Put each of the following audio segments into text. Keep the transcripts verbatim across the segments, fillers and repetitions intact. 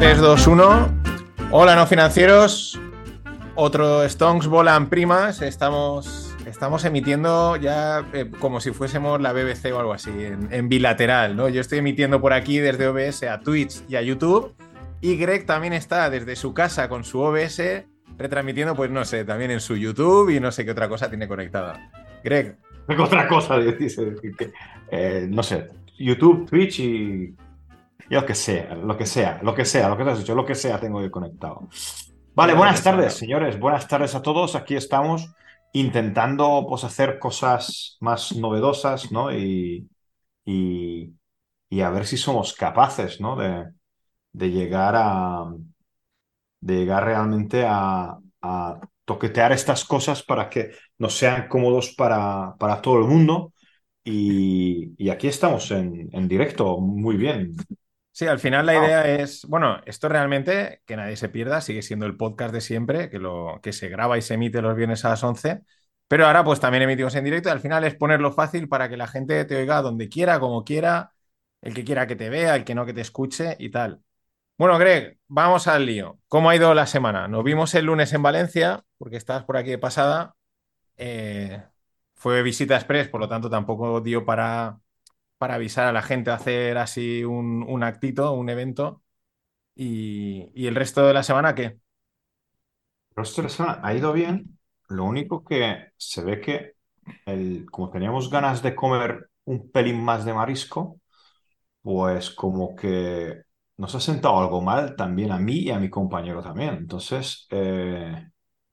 tres, dos, uno. Hola, no financieros. Otro Stonks volan primas. Estamos, estamos emitiendo ya eh, como si fuésemos la B B C o algo así, en, en bilateral, ¿no? Yo estoy emitiendo por aquí desde O B S a Twitch y a YouTube. Y Greg también está desde su casa con su O B S retransmitiendo, pues no sé, también en su YouTube y no sé qué otra cosa tiene conectada. Greg. Otra cosa, dice, eh, no sé, YouTube, Twitch y yo lo que sea, lo que sea, lo que sea, lo que te has dicho, lo que sea tengo que conectado. Es Vale, lo que buenas te tardes, salga. señores, buenas tardes a todos. Aquí estamos intentando pues hacer cosas más novedosas, ¿no? Y, y, y a ver si somos capaces, ¿no? De, de llegar a, de llegar realmente a, a toquetear estas cosas para que nos sean cómodos para, para todo el mundo. Y, y aquí estamos en, en directo, muy bien. Sí, al final la Wow. idea es, bueno, esto realmente, que nadie se pierda, sigue siendo el podcast de siempre, que, lo, que se graba y se emite los viernes a las once, pero ahora pues también emitimos en directo y al final es ponerlo fácil para que la gente te oiga donde quiera, como quiera, el que quiera que te vea, el que no que te escuche y tal. Bueno, Greg, vamos al lío. ¿Cómo ha ido la semana? Nos vimos el lunes en Valencia, porque estabas por aquí de pasada. Eh, Fue visita express, por lo tanto tampoco dio para para avisar a la gente, hacer así un, un actito, un evento. Y, y el resto de la semana, ¿qué? Pero esta persona ha ido bien. Lo único que se ve que el, como teníamos ganas de comer un pelín más de marisco, pues como que nos ha sentado algo mal también a mí y a mi compañero también. Entonces, eh,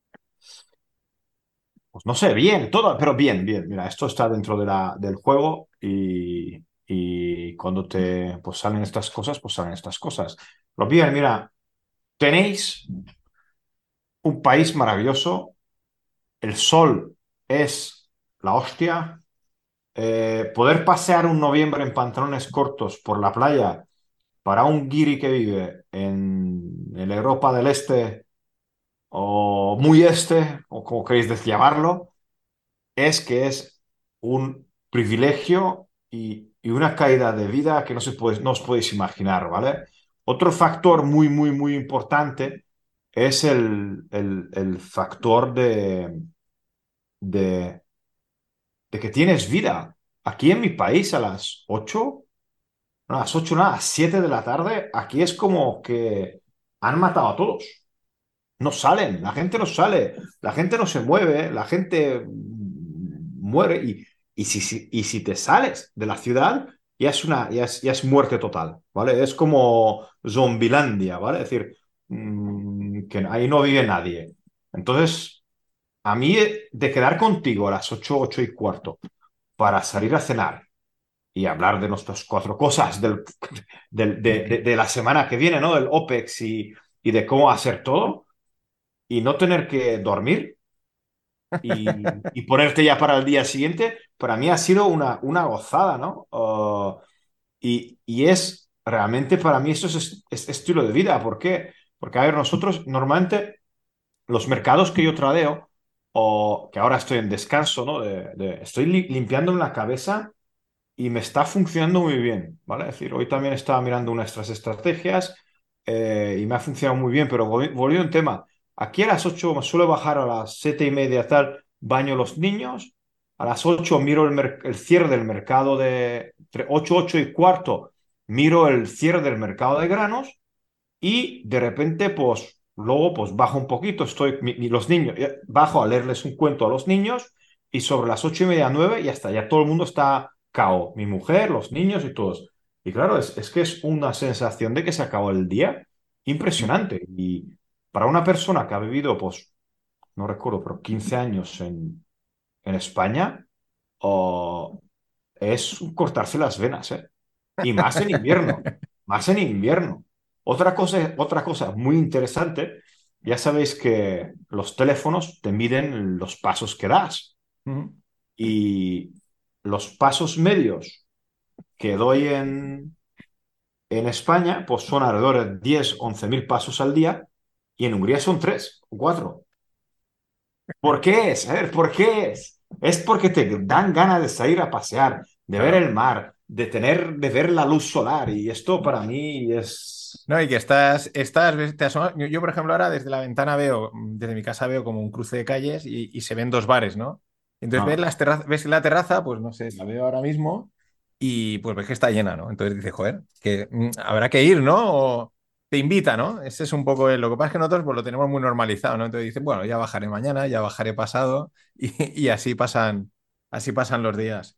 pues no sé, bien, todo, pero bien, bien. Mira, esto está dentro de la, del juego y, y cuando te pues salen estas cosas, pues salen estas cosas. Pero bien, mira, tenéis un país maravilloso, el sol es la hostia, eh, poder pasear un noviembre en pantalones cortos por la playa para un guiri que vive en, en la Europa del Este o muy este, o como queréis llamarlo, es que es un privilegio y, y una calidad de vida que no, se puede, no os podéis imaginar, ¿vale? Otro factor muy, muy, muy importante es el, el, el factor de, de, de que tienes vida. Aquí en mi país a las ocho no, a las ocho no, a las siete de la tarde, aquí es como que han matado a todos. No salen, la gente no sale, la gente no se mueve, la gente muere y, y, si, si- y si te sales de la ciudad, ya es una, ya es, ya es muerte total, ¿vale? Es como Zombilandia, ¿vale? Es decir, mm, que ahí no vive nadie. Entonces, a mí eh, de quedar contigo a las ocho, ocho y cuarto para salir a cenar y hablar de nuestras cuatro cosas del, del- de, de- de la semana que viene, ¿no? Del OPEX y, y de cómo hacer todo y no tener que dormir y, y ponerte ya para el día siguiente, para mí ha sido una, una gozada, ¿no? Uh, y, y es realmente para mí esto es, es- es estilo de vida. ¿Por qué? Porque, a ver, nosotros normalmente los mercados que yo tradeo, o que ahora estoy en descanso, ¿no? De, de- estoy li- limpiando la cabeza y me está funcionando muy bien, ¿vale? Es decir, hoy también estaba mirando nuestras estrategias eh, y me ha funcionado muy bien, pero volvi- volviendo a un tema, aquí a las ocho me suelo bajar a las siete y media tal, baño los niños, a las ocho miro el, mer- el cierre del mercado de, entre ocho, ocho y cuarto, miro el cierre del mercado de granos y de repente, pues, luego, pues, bajo un poquito, estoy, mi- mi- los niños, eh, bajo a leerles un cuento a los niños y sobre las ocho y media, nueve, ya está, ya todo el mundo está cao, mi mujer, los niños y todos. Y claro, es, es que es una sensación de que se acabó el día impresionante. Y para una persona que ha vivido, pues, no recuerdo, pero quince años en, en España, oh, es cortarse las venas, ¿eh? Y más en invierno, más en invierno. Otra cosa, otra cosa muy interesante, ya sabéis que los teléfonos te miden los pasos que das Ujú. y los pasos medios que doy en, en España pues son alrededor de diez once mil pasos al día y en Hungría son tres o cuatro. ¿Por qué es? A ver, ¿por qué es? Es porque te dan ganas de salir a pasear, de ver Claro. el mar, de tener, de ver la luz solar y esto para mí es No, y que estás, estás, ves, te asomas- yo, yo, por ejemplo, ahora desde la ventana veo, desde mi casa veo como un cruce de calles y, y se ven dos bares, ¿no? Entonces ves, Ah. las terraz- ves la terraza, pues no sé, la veo ahora mismo y pues ves que está llena, ¿no? Entonces dices, joder, que mm, habrá que ir, ¿no? O te invita, ¿no? Ese es un poco el- lo que pasa es que nosotros pues, lo tenemos muy normalizado, ¿no? Entonces dices, bueno, ya bajaré mañana, ya bajaré pasado y, y así pasan, así pasan los días.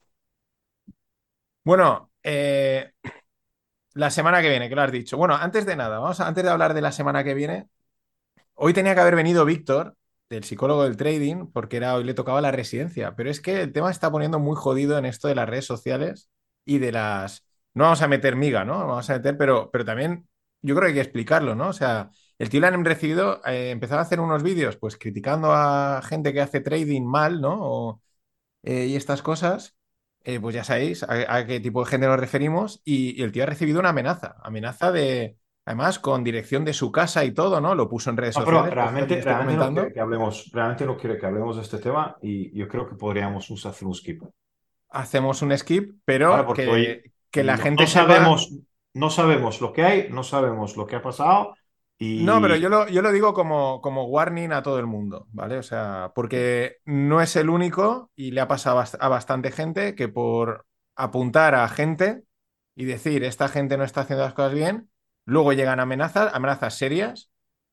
Bueno, eh, la semana que viene, que lo has dicho. Bueno, antes de nada, vamos a- antes de hablar de la semana que viene. Hoy tenía que haber venido Víctor, del psicólogo del trading, porque era, hoy le tocaba la residencia, pero es que el tema se está poniendo muy jodido en esto de las redes sociales y de las... No vamos a meter miga, ¿no? Vamos a meter, pero, pero también yo creo que hay que explicarlo, ¿no? O sea, el tío le han recibido, eh, empezaba a hacer unos vídeos, pues criticando a gente que hace trading mal, ¿no? O, eh, y estas cosas, eh, pues ya sabéis a, a qué tipo de gente nos referimos. Y, y el tío ha recibido una amenaza, amenaza de, además, con dirección de su casa y todo, ¿no? Lo puso en redes No, pero sociales, por esto que te realmente, estoy realmente no quiere comentando. que hablemos, realmente no quiere que hablemos de este tema y yo creo que podríamos us- hacer un skip. Hacemos un skip, ¿Vale? pero Porque que, hoy que la no, no gente sepa. sabemos, no sabemos lo que hay, no sabemos lo que ha pasado No, pero yo y lo, yo lo digo como, como warning a todo el mundo, ¿vale? O sea, porque no es el único y le ha pasado bast- a bastante gente que por apuntar a gente y decir, esta gente no está haciendo las cosas bien, luego llegan amenazas, amenazas serias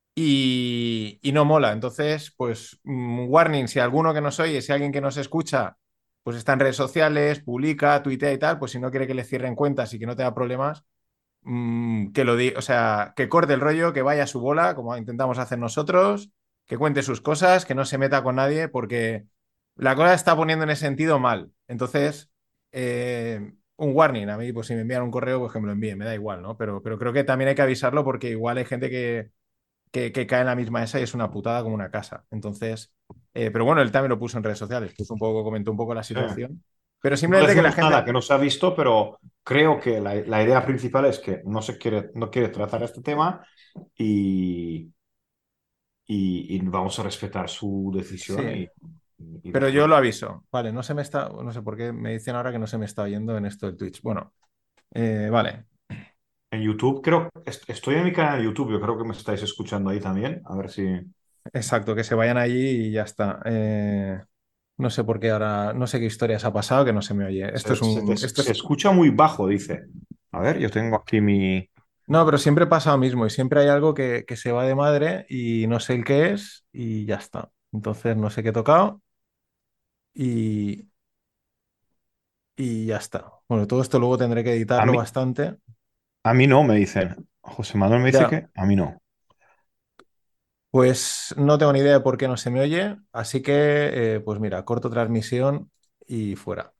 y, y no mola. Entonces, pues, mm, warning, si alguno que nos oye, si alguien que nos escucha, pues está en redes sociales, publica, tuitea y tal, pues si no quiere que le cierren cuentas y que no tenga problemas, mm, que lo diga, o sea, que corte el rollo, que vaya a su bola, como intentamos hacer nosotros, que cuente sus cosas, que no se meta con nadie, porque la cosa está poniendo en ese sentido mal. Entonces, eh, un warning, a mí, pues si me envían un correo, pues que me lo envíen, me da igual, ¿no? Pero, pero creo que también hay que avisarlo porque igual hay gente que que, que cae en la misma esa y es una putada como una casa. Entonces, eh, pero bueno, él también lo puso en redes sociales, puso un poco, comentó un poco la sí. situación. Pero No simplemente que la decimos nada gente, que no se ha visto, pero creo que la, la idea principal es que no se quiere, no quiere tratar este tema y, y, y vamos a respetar su decisión sí, y, y pero yo dejarlo. lo aviso. Vale, no se me está, no sé por qué me dicen ahora que no se me está oyendo en esto del Twitch. Bueno, eh, vale, En YouTube, creo, est- estoy en mi canal de YouTube, yo creo que me estáis escuchando ahí también, a ver si... exacto, que se vayan allí y ya está. Eh, no sé por qué ahora, no sé qué historias ha pasado que no se me oye. Esto es Se, se te- un, esto se es, escucha muy bajo, dice. A ver, yo tengo aquí mi... no, pero siempre pasa lo mismo y siempre hay algo que, que se va de madre y no sé el qué es y ya está. Entonces no sé qué he tocado y, y ya está. Bueno, todo esto luego tendré que A editarlo mí, bastante. a mí no, me dicen. José Manuel me dice Ya, que a mí no. pues no tengo ni idea de por qué no se me oye, así que, eh, pues mira, corto transmisión y fuera.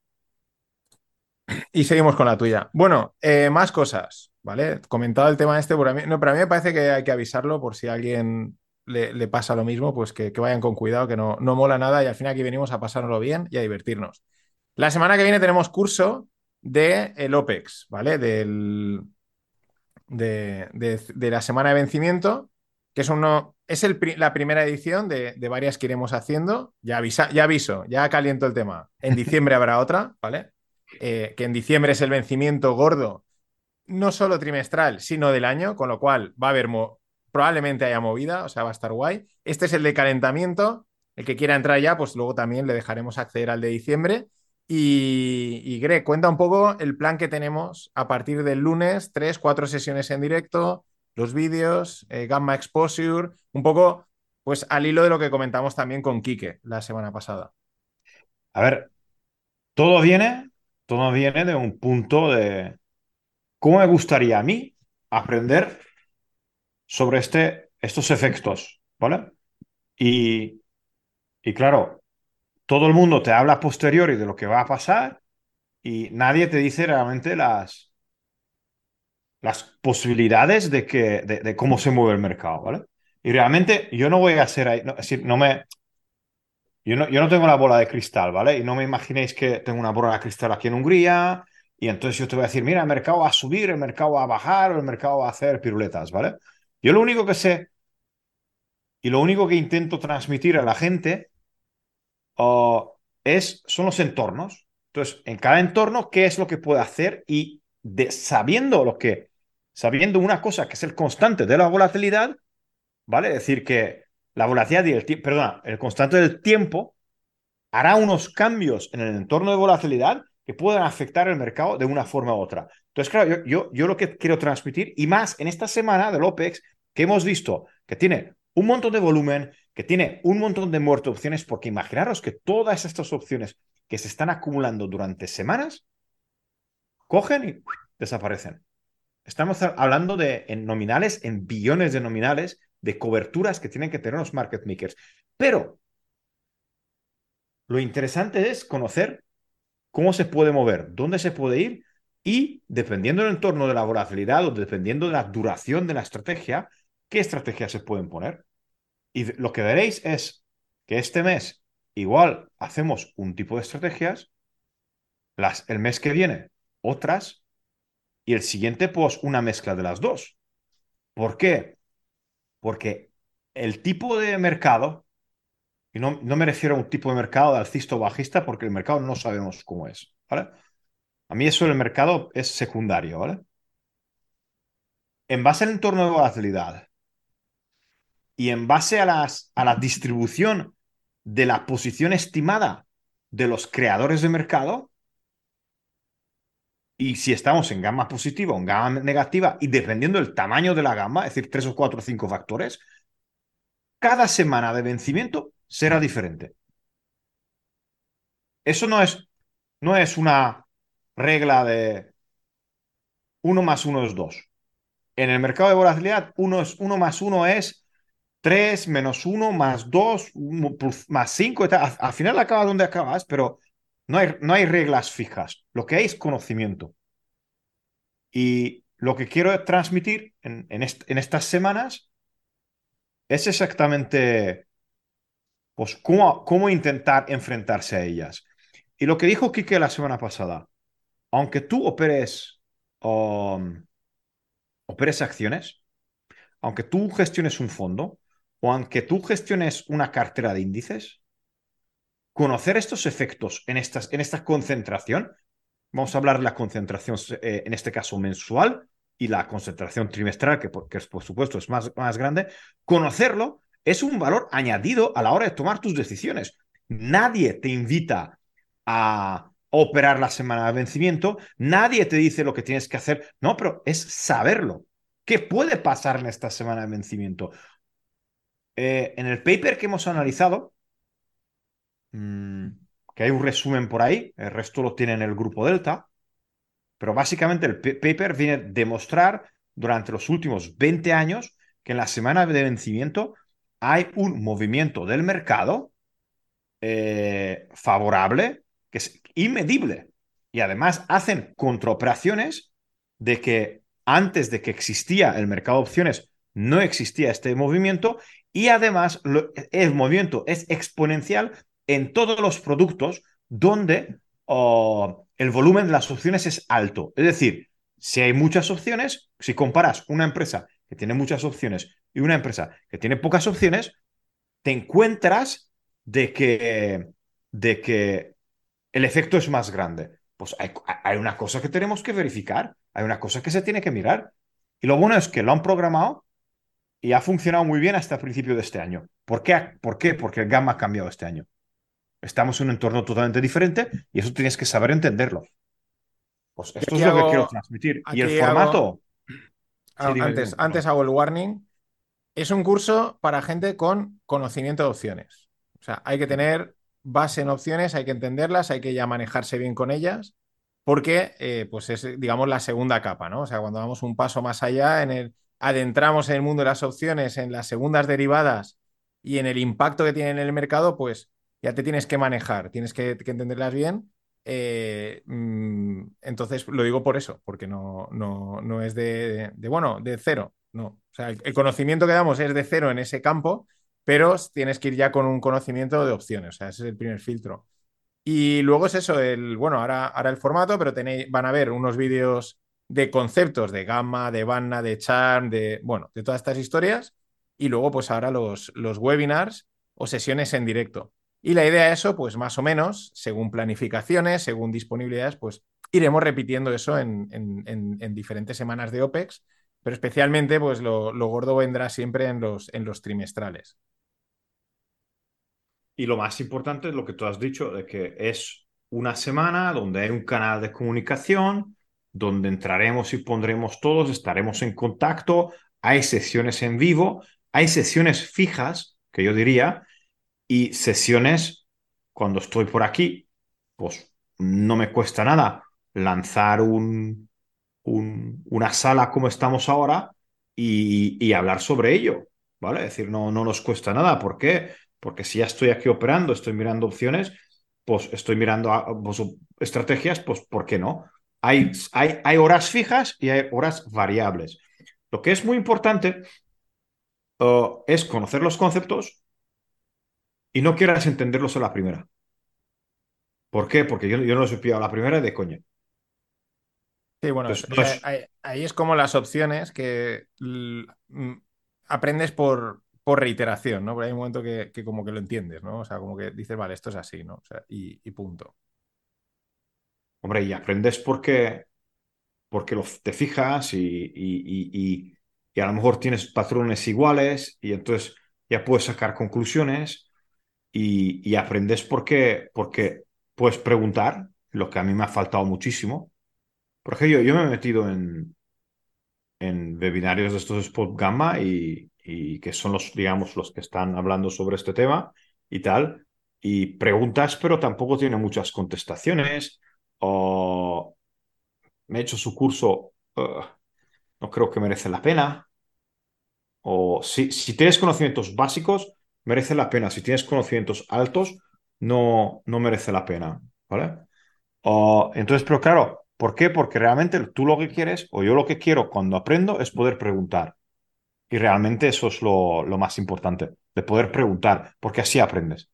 Y seguimos con la tuya. Bueno, eh, más cosas, ¿vale? Comentado el tema este, por a mí, no, pero a mí me parece que hay que avisarlo por si a alguien le, le pasa lo mismo, pues que, que vayan con cuidado, que no, no mola nada y al final aquí venimos a pasárnoslo bien y a divertirnos. La semana que viene tenemos curso de el OPEX, ¿vale? Del, de, de- de la semana de vencimiento, que es, uno, es el pri- la primera edición de, de varias que iremos haciendo. Ya, avisa, ya aviso, ya caliento el tema. En diciembre habrá otra, ¿vale? Eh, que en diciembre es el vencimiento gordo, no solo trimestral, sino del año, con lo cual va a haber, mo- probablemente haya movida, o sea, va a estar guay. Este es el de calentamiento. El que quiera entrar ya, pues luego también le dejaremos acceder al de diciembre. Y, y Greg, cuenta un poco el plan que tenemos a partir del lunes, tres, cuatro sesiones en directo, los vídeos, eh, Gamma Exposure, un poco, pues al hilo de lo que comentamos también con Quique la semana pasada. A ver, todo viene, todo viene de un punto de cómo me gustaría a mí aprender sobre este, estos efectos, ¿vale? Y, y claro, todo el mundo te habla a posteriori de lo que va a pasar y nadie te dice realmente las, las posibilidades de, que, de, de cómo se mueve el mercado, ¿vale? Y realmente yo no voy a ser ahí, no, es decir, no me, yo no, yo no tengo la bola de cristal, ¿vale? Y no me imaginéis que tengo una bola de cristal aquí en Hungría y entonces yo te voy a decir, mira, el mercado va a subir, el mercado va a bajar o el mercado va a hacer piruletas, ¿vale? Yo lo único que sé y lo único que intento transmitir a la gente uh, es, son los entornos. Entonces, en cada entorno, ¿qué es lo que puede hacer? Y de, sabiendo lo que, sabiendo una cosa que es el constante de la volatilidad, ¿vale? Es decir, que la volatilidad y el tiempo, perdona, el constante del tiempo hará unos cambios en el entorno de volatilidad que puedan afectar el mercado de una forma u otra. Entonces, claro, yo, yo, yo lo que quiero transmitir, y más en esta semana del OPEX, que hemos visto que tiene un montón de volumen, que tiene un montón de muertes opciones, porque imaginaros que todas estas opciones que se están acumulando durante semanas, cogen y desaparecen. Estamos hablando de en nominales, en billones de nominales, de coberturas que tienen que tener los market makers. Pero lo interesante es conocer cómo se puede mover, dónde se puede ir y, dependiendo del entorno de la volatilidad o dependiendo de la duración de la estrategia, qué estrategias se pueden poner. Y lo que veréis es que este mes igual hacemos un tipo de estrategias, las, el mes que viene otras y el siguiente pues una mezcla de las dos. ¿Por qué? Porque el tipo de mercado, y no, no me refiero a un tipo de mercado de alcista o bajista porque el mercado no sabemos cómo es, ¿vale? A mí eso del mercado es secundario, ¿vale? En base al entorno de volatilidad y en base a, las, a la distribución de la posición estimada de los creadores de mercado, y si estamos en gama positiva o en gama negativa, y dependiendo del tamaño de la gama, es decir, tres o cuatro o cinco factores, cada semana de vencimiento será diferente. Eso no es, no es una regla de uno más uno es dos. En el mercado de volatilidad, uno, es, uno más uno es tres menos uno más dos más cinco. Al, al final acabas donde acabas, pero no hay, no hay reglas fijas. Lo que hay es conocimiento. Y lo que quiero transmitir en, en, est en estas semanas es exactamente pues, cómo, cómo intentar enfrentarse a ellas. Y lo que dijo Quique la semana pasada, aunque tú operes, um, operes acciones, aunque tú gestiones un fondo o aunque tú gestiones una cartera de índices, conocer estos efectos en, estas, en esta concentración, vamos a hablar de la concentración, eh, en este caso mensual, y la concentración trimestral, que, que por supuesto es más, más grande, conocerlo es un valor añadido a la hora de tomar tus decisiones. Nadie te invita a operar la semana de vencimiento, nadie te dice lo que tienes que hacer, no, pero es saberlo. ¿Qué puede pasar en esta semana de vencimiento? Eh, en el paper que hemos analizado, mmm, que hay un resumen por ahí, el resto lo tiene en el grupo Delta, pero básicamente el paper viene a demostrar durante los últimos veinte años que en la semana de vencimiento hay un movimiento del mercado eh, favorable que es inmedible. Y además hacen contraoperaciones de que antes de que existía el mercado de opciones no existía este movimiento y además lo, el movimiento es exponencial en todos los productos donde oh, el volumen de las opciones es alto. Es decir, si hay muchas opciones, si comparas una empresa que tiene muchas opciones y una empresa que tiene pocas opciones, te encuentras de que, de que el efecto es más grande. Pues hay, hay una cosa que tenemos que verificar, hay una cosa que se tiene que mirar. Y lo bueno es que lo han programado y ha funcionado muy bien hasta el principio de este año. ¿Por qué? ¿Por qué? Porque el gamma ha cambiado este año. Estamos en un entorno totalmente diferente y eso tienes que saber entenderlo. Pues Y esto aquí es lo que quiero hago, transmitir. Y el aquí hago, formato. Sí, dime, antes, dime, antes perdón. hago el warning. Es un curso para gente con conocimiento de opciones. O sea, hay que tener base en opciones, hay que entenderlas, hay que ya manejarse bien con ellas, porque eh, pues es, digamos, la segunda capa, ¿no? O sea, cuando damos un paso más allá, en el, adentramos en el mundo de las opciones, en las segundas derivadas y en el impacto que tienen en el mercado, pues ya te tienes que manejar, tienes que, que entenderlas bien. Eh, mm, entonces lo digo por eso, porque no, no, no es de, de, bueno, de cero, no. O sea, el, el conocimiento que damos es de cero en ese campo, pero tienes que ir ya con un conocimiento de opciones, o sea, ese es el primer filtro. Y luego es eso, el, bueno, ahora, ahora el formato, pero tenéis, van a ver unos vídeos de conceptos de gamma, de Vanna, de charm, de, bueno, de todas estas historias. Y luego, pues ahora los, los webinars o sesiones en directo. Y la idea es eso, pues más o menos, según planificaciones, según disponibilidades, pues iremos repitiendo eso en, en, en, en diferentes semanas de OPEX Pero especialmente, pues lo, lo gordo vendrá siempre en los, en los trimestrales. Y lo más importante es lo que tú has dicho, de que es una semana donde hay un canal de comunicación, donde entraremos y pondremos todos, estaremos en contacto, hay sesiones en vivo, hay sesiones fijas, que yo diría, y sesiones cuando estoy por aquí, pues no me cuesta nada lanzar un, un- una sala como estamos ahora y, y hablar sobre ello, ¿vale? Es decir, no, no nos cuesta nada. ¿Por qué? Porque si ya estoy aquí operando, estoy mirando opciones, pues estoy mirando a- pues, estrategias, pues ¿por qué no? Hay, hay, hay horas fijas y hay horas variables. Lo que es muy importante eh, es conocer los conceptos y no quieras entenderlos a la primera. ¿Por qué? Porque yo, yo no los he pillado a la primera de coña. Sí, bueno, es- Entonces, no eh, es, ahí, ahí es como las opciones que l- mm, aprendes por, por reiteración, ¿no? Pero hay un momento que, que como que lo entiendes, ¿no? O sea, como que dices, vale, esto es así, ¿no? O sea, y, y punto. hombre, y aprendes porque porque lo, te fijas y, y, y, y, y a lo mejor tienes patrones iguales y entonces ya puedes sacar conclusiones y, y aprendes porque, porque puedes preguntar, lo que a mí me ha faltado muchísimo. Por ejemplo, yo, yo me he metido en, en webinarios de estos Spot Gamma y, y que son los, digamos, los que están hablando sobre este tema y tal, y preguntas, pero tampoco tiene muchas contestaciones, o me he hecho su curso, uh, no creo que merece la pena. O si, si tienes conocimientos básicos, merece la pena. Si tienes conocimientos altos, no, no merece la pena. ¿Vale? O, entonces, pero claro, ¿por qué? Porque realmente tú lo que quieres, o yo lo que quiero cuando aprendo, es poder preguntar. Y realmente eso es lo, lo más importante, de poder preguntar, porque así aprendes.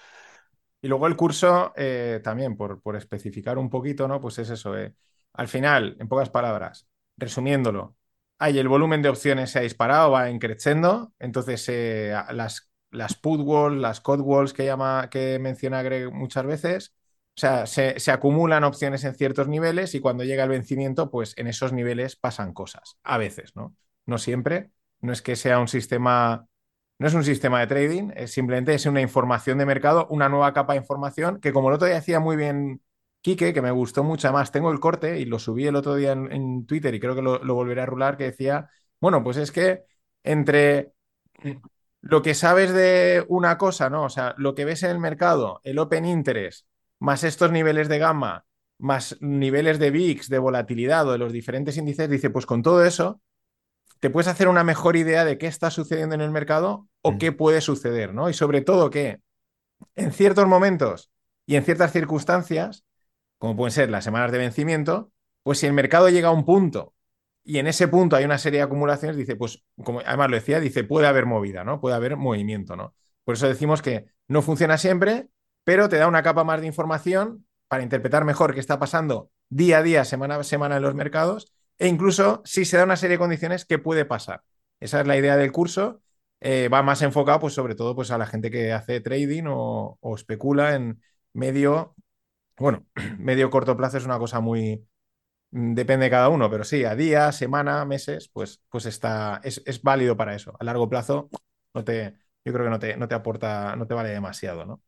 Y luego el curso, eh, también, por, por especificar un poquito, ¿no? Pues es eso, eh. Al final, en pocas palabras, resumiéndolo, hay el volumen de opciones se ha disparado, va en creciendo, entonces eh, las, las put walls, las code walls que llama, que menciona Greg muchas veces, o sea, se, se acumulan opciones en ciertos niveles y cuando llega el vencimiento, pues en esos niveles pasan cosas, a veces, ¿no? No siempre, no es que sea un sistema no es un sistema de trading, es simplemente es una información de mercado, una nueva capa de información que como el otro día decía muy bien Quique, que me gustó mucho más, tengo el corte y lo subí el otro día en, en Twitter y creo que lo, lo, volveré a rular, que decía, bueno, pues es que entre lo que sabes de una cosa, ¿no? O sea, lo que ves en el mercado, el open interest, más estos niveles de gamma, más niveles de V I X, de volatilidad o de los diferentes índices, dice, pues con todo eso te puedes hacer una mejor idea de qué está sucediendo en el mercado o qué puede suceder, ¿no? Y sobre todo que en ciertos momentos y en ciertas circunstancias, como pueden ser las semanas de vencimiento, pues si el mercado llega a un punto y en ese punto hay una serie de acumulaciones, dice, pues, como además lo decía, dice, puede haber movida, ¿no? Puede haber movimiento, ¿no? Por eso decimos que no funciona siempre, pero te da una capa más de información para interpretar mejor qué está pasando día a día, semana a semana en los mercados, e incluso si se da una serie de condiciones, qué puede pasar. Esa es la idea del curso. Eh, va más enfocado, pues, sobre todo, pues, a la gente que hace trading o, o especula en medio, bueno, medio corto plazo es una cosa muy, mm, depende de cada uno, pero sí, a días, semana, meses, pues, pues está, es, es válido para eso. A largo plazo, no te, yo creo que no te, no te aporta, no te vale demasiado, ¿no?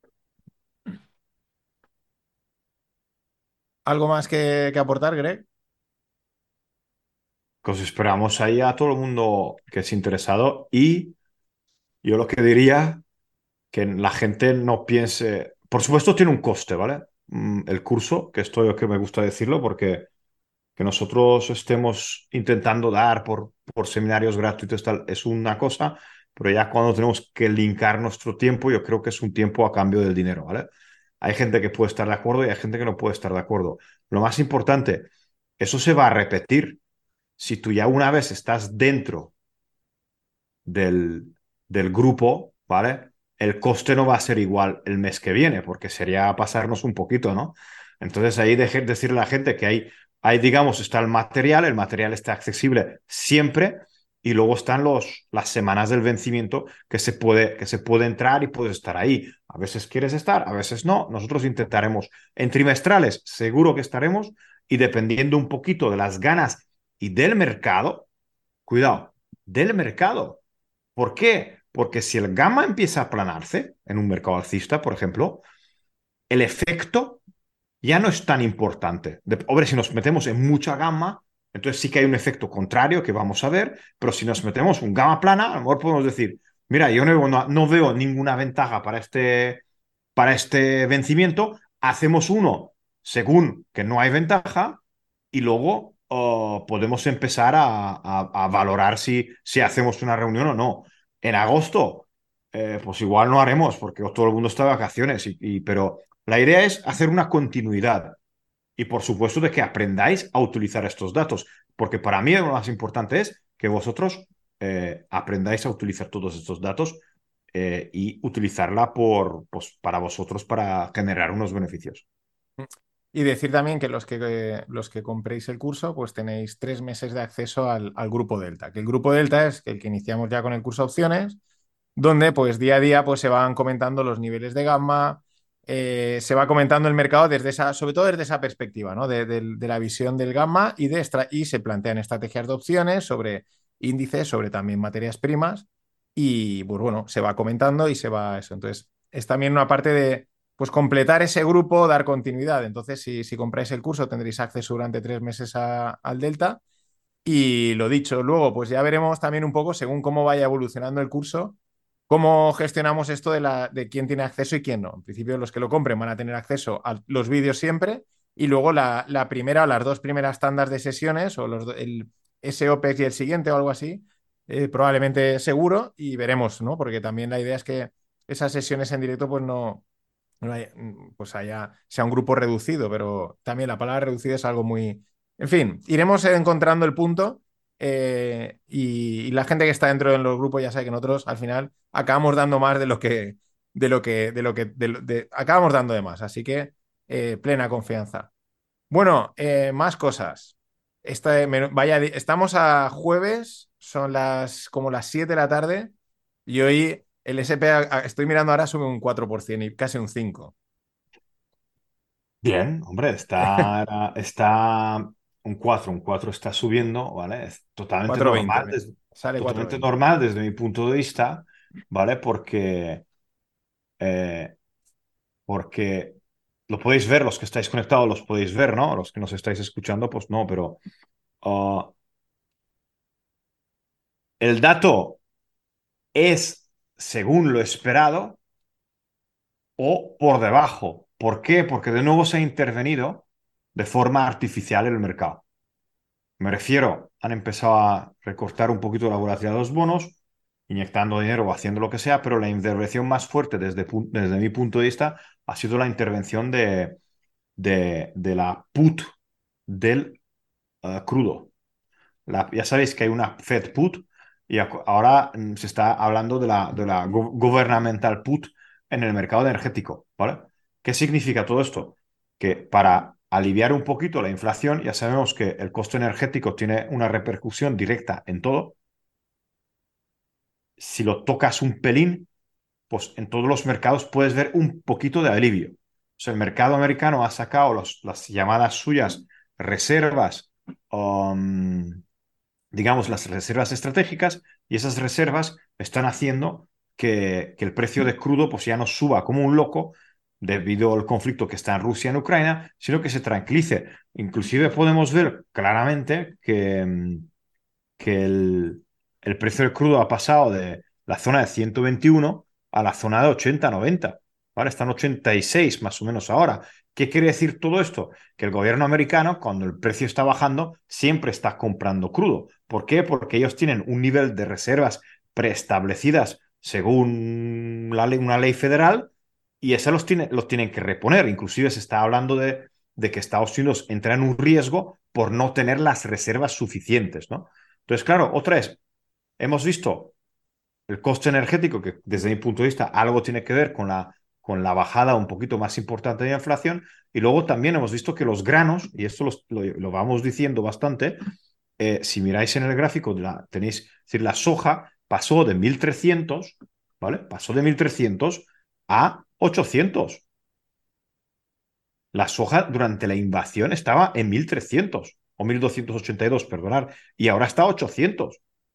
¿Algo más que, que aportar, Greg? Pues esperamos ahí a todo el mundo que es interesado y yo lo que diría que la gente no piense, por supuesto tiene un coste, ¿vale? Mm, El curso, que esto yo que me gusta decirlo porque que nosotros estemos intentando dar por, por seminarios gratuitos tal, es una cosa, pero ya cuando tenemos que linkar nuestro tiempo, yo creo que es un tiempo a cambio del dinero, ¿vale? Hay gente que puede estar de acuerdo y hay gente que no puede estar de acuerdo. Lo más importante, eso se va a repetir. Si tú ya una vez estás dentro del, del grupo, ¿vale? El coste no va a ser igual el mes que viene, porque sería pasarnos un poquito, ¿no? Entonces ahí deje, decirle a la gente que hay, hay, digamos, está el material, el material está accesible siempre, y luego están los, las semanas del vencimiento que se, puede, que se puede entrar y puedes estar ahí. A veces quieres estar, a veces no. Nosotros intentaremos en trimestrales, seguro que estaremos, y dependiendo un poquito de las ganas y del mercado, cuidado, del mercado. ¿Por qué? Porque si el gamma empieza a aplanarse en un mercado alcista, por ejemplo, el efecto ya no es tan importante. De, hombre, si nos metemos en mucha gamma, entonces sí que hay un efecto contrario que vamos a ver, pero si nos metemos un gamma plana, a lo mejor podemos decir, mira, yo no, no, no veo ninguna ventaja para este, para este vencimiento, hacemos uno según que no hay ventaja y luego uh, podemos empezar a, a, a valorar si, si hacemos una reunión o no. En agosto, eh, pues igual no haremos porque todo el mundo está de vacaciones, y, y, pero la idea es hacer una continuidad y por supuesto de que aprendáis a utilizar estos datos, porque para mí lo más importante es que vosotros eh, aprendáis a utilizar todos estos datos eh, y utilizarla por, pues, para vosotros para generar unos beneficios. Y decir también que los que, los que compréis el curso, pues tenéis tres meses de acceso al, al grupo Delta, que el grupo Delta es el que iniciamos ya con el curso Opciones, donde pues día a día pues se van comentando los niveles de gamma, eh, se va comentando el mercado desde esa, sobre todo desde esa perspectiva, ¿no? De, de, de la visión del gamma y, de extra, y se plantean estrategias de opciones sobre índices, sobre también materias primas y pues bueno, se va comentando y se va eso. Entonces, es también una parte de pues completar ese grupo, dar continuidad. Entonces, si, si compráis el curso, tendréis acceso durante tres meses a, al Delta. Y lo dicho, luego, pues ya veremos también un poco, según cómo vaya evolucionando el curso, cómo gestionamos esto de, la, de quién tiene acceso y quién no. En principio, los que lo compren van a tener acceso a los vídeos siempre y luego la, la primera o las dos primeras tandas de sesiones o los, el ese OPEX y el siguiente o algo así, eh, probablemente seguro y veremos, ¿no? Porque también la idea es que esas sesiones en directo pues no, no hay- pues haya, sea un grupo reducido, pero también la palabra reducido es algo muy... En fin, iremos encontrando el punto eh, y, y la gente que está dentro de los grupos ya sabe que nosotros al final acabamos dando más de lo que... De lo que, de lo que de lo- de- acabamos dando de más, así que eh, plena confianza. Bueno, eh, más cosas. Esta- me- vaya, di- estamos a jueves, son las como las siete de la tarde y hoy el S and P, a- a- estoy mirando ahora, sube un cuatro por ciento y casi un cinco por ciento. Bien, hombre, está, está un cuatro, un cuatro está subiendo, ¿vale? Es totalmente cuatro veinte, normal, mira, des- sale totalmente cuatro veinte. normal desde mi punto de vista, ¿vale? Porque, eh, porque lo podéis ver, los que estáis conectados los podéis ver, ¿no? Los que nos estáis escuchando, pues no, pero ah, el dato es según lo esperado o por debajo. ¿Por qué? Porque de nuevo se ha intervenido de forma artificial en el mercado. Me refiero, han empezado a recortar un poquito la volatilidad de los bonos, inyectando dinero o haciendo lo que sea, pero la intervención más fuerte desde, pu- desde mi punto de vista ha sido la intervención de, de, de la put del eh, crudo. La- ya sabéis que hay una Fed put y ac- ahora mm, se está hablando de la, de la go- governmental put en el mercado energético, ¿vale? ¿Qué significa todo esto? Que para aliviar un poquito la inflación, ya sabemos que el costo energético tiene una repercusión directa en todo. Si lo tocas un pelín, pues en todos los mercados puedes ver un poquito de alivio. O sea, el mercado americano ha sacado los- las llamadas suyas reservas, um, digamos, las reservas estratégicas, y esas reservas están haciendo que, que el precio de crudo pues ya no suba como un loco debido al conflicto que está en Rusia y en Ucrania, sino que se tranquilice. Inclusive podemos ver claramente que, mm, que el, el precio del crudo ha pasado de la zona de ciento veintiuno a la zona de ochenta noventa. ¿Vale? Están ochenta y seis más o menos ahora. ¿Qué quiere decir todo esto? Que el gobierno americano, cuando el precio está bajando, siempre está comprando crudo. ¿Por qué? Porque ellos tienen un nivel de reservas preestablecidas según la ley, una ley federal y esas los, tiene, los tienen que reponer. Inclusive se está hablando de, de que Estados Unidos entra en un riesgo por no tener las reservas suficientes, ¿no? Entonces, claro, otra es, hemos visto el coste energético, que desde mi punto de vista algo tiene que ver con la, con la bajada un poquito más importante de la inflación, y luego también hemos visto que los granos, y esto los- lo, lo vamos diciendo bastante, eh, si miráis en el gráfico, de la, tenéis, es decir, la soja pasó de mil trescientos, ¿vale? Pasó de mil trescientos a ochocientos. La soja durante la invasión estaba en mil trescientos o mil doscientos ochenta y dos, perdonar, y ahora está a ochocientos.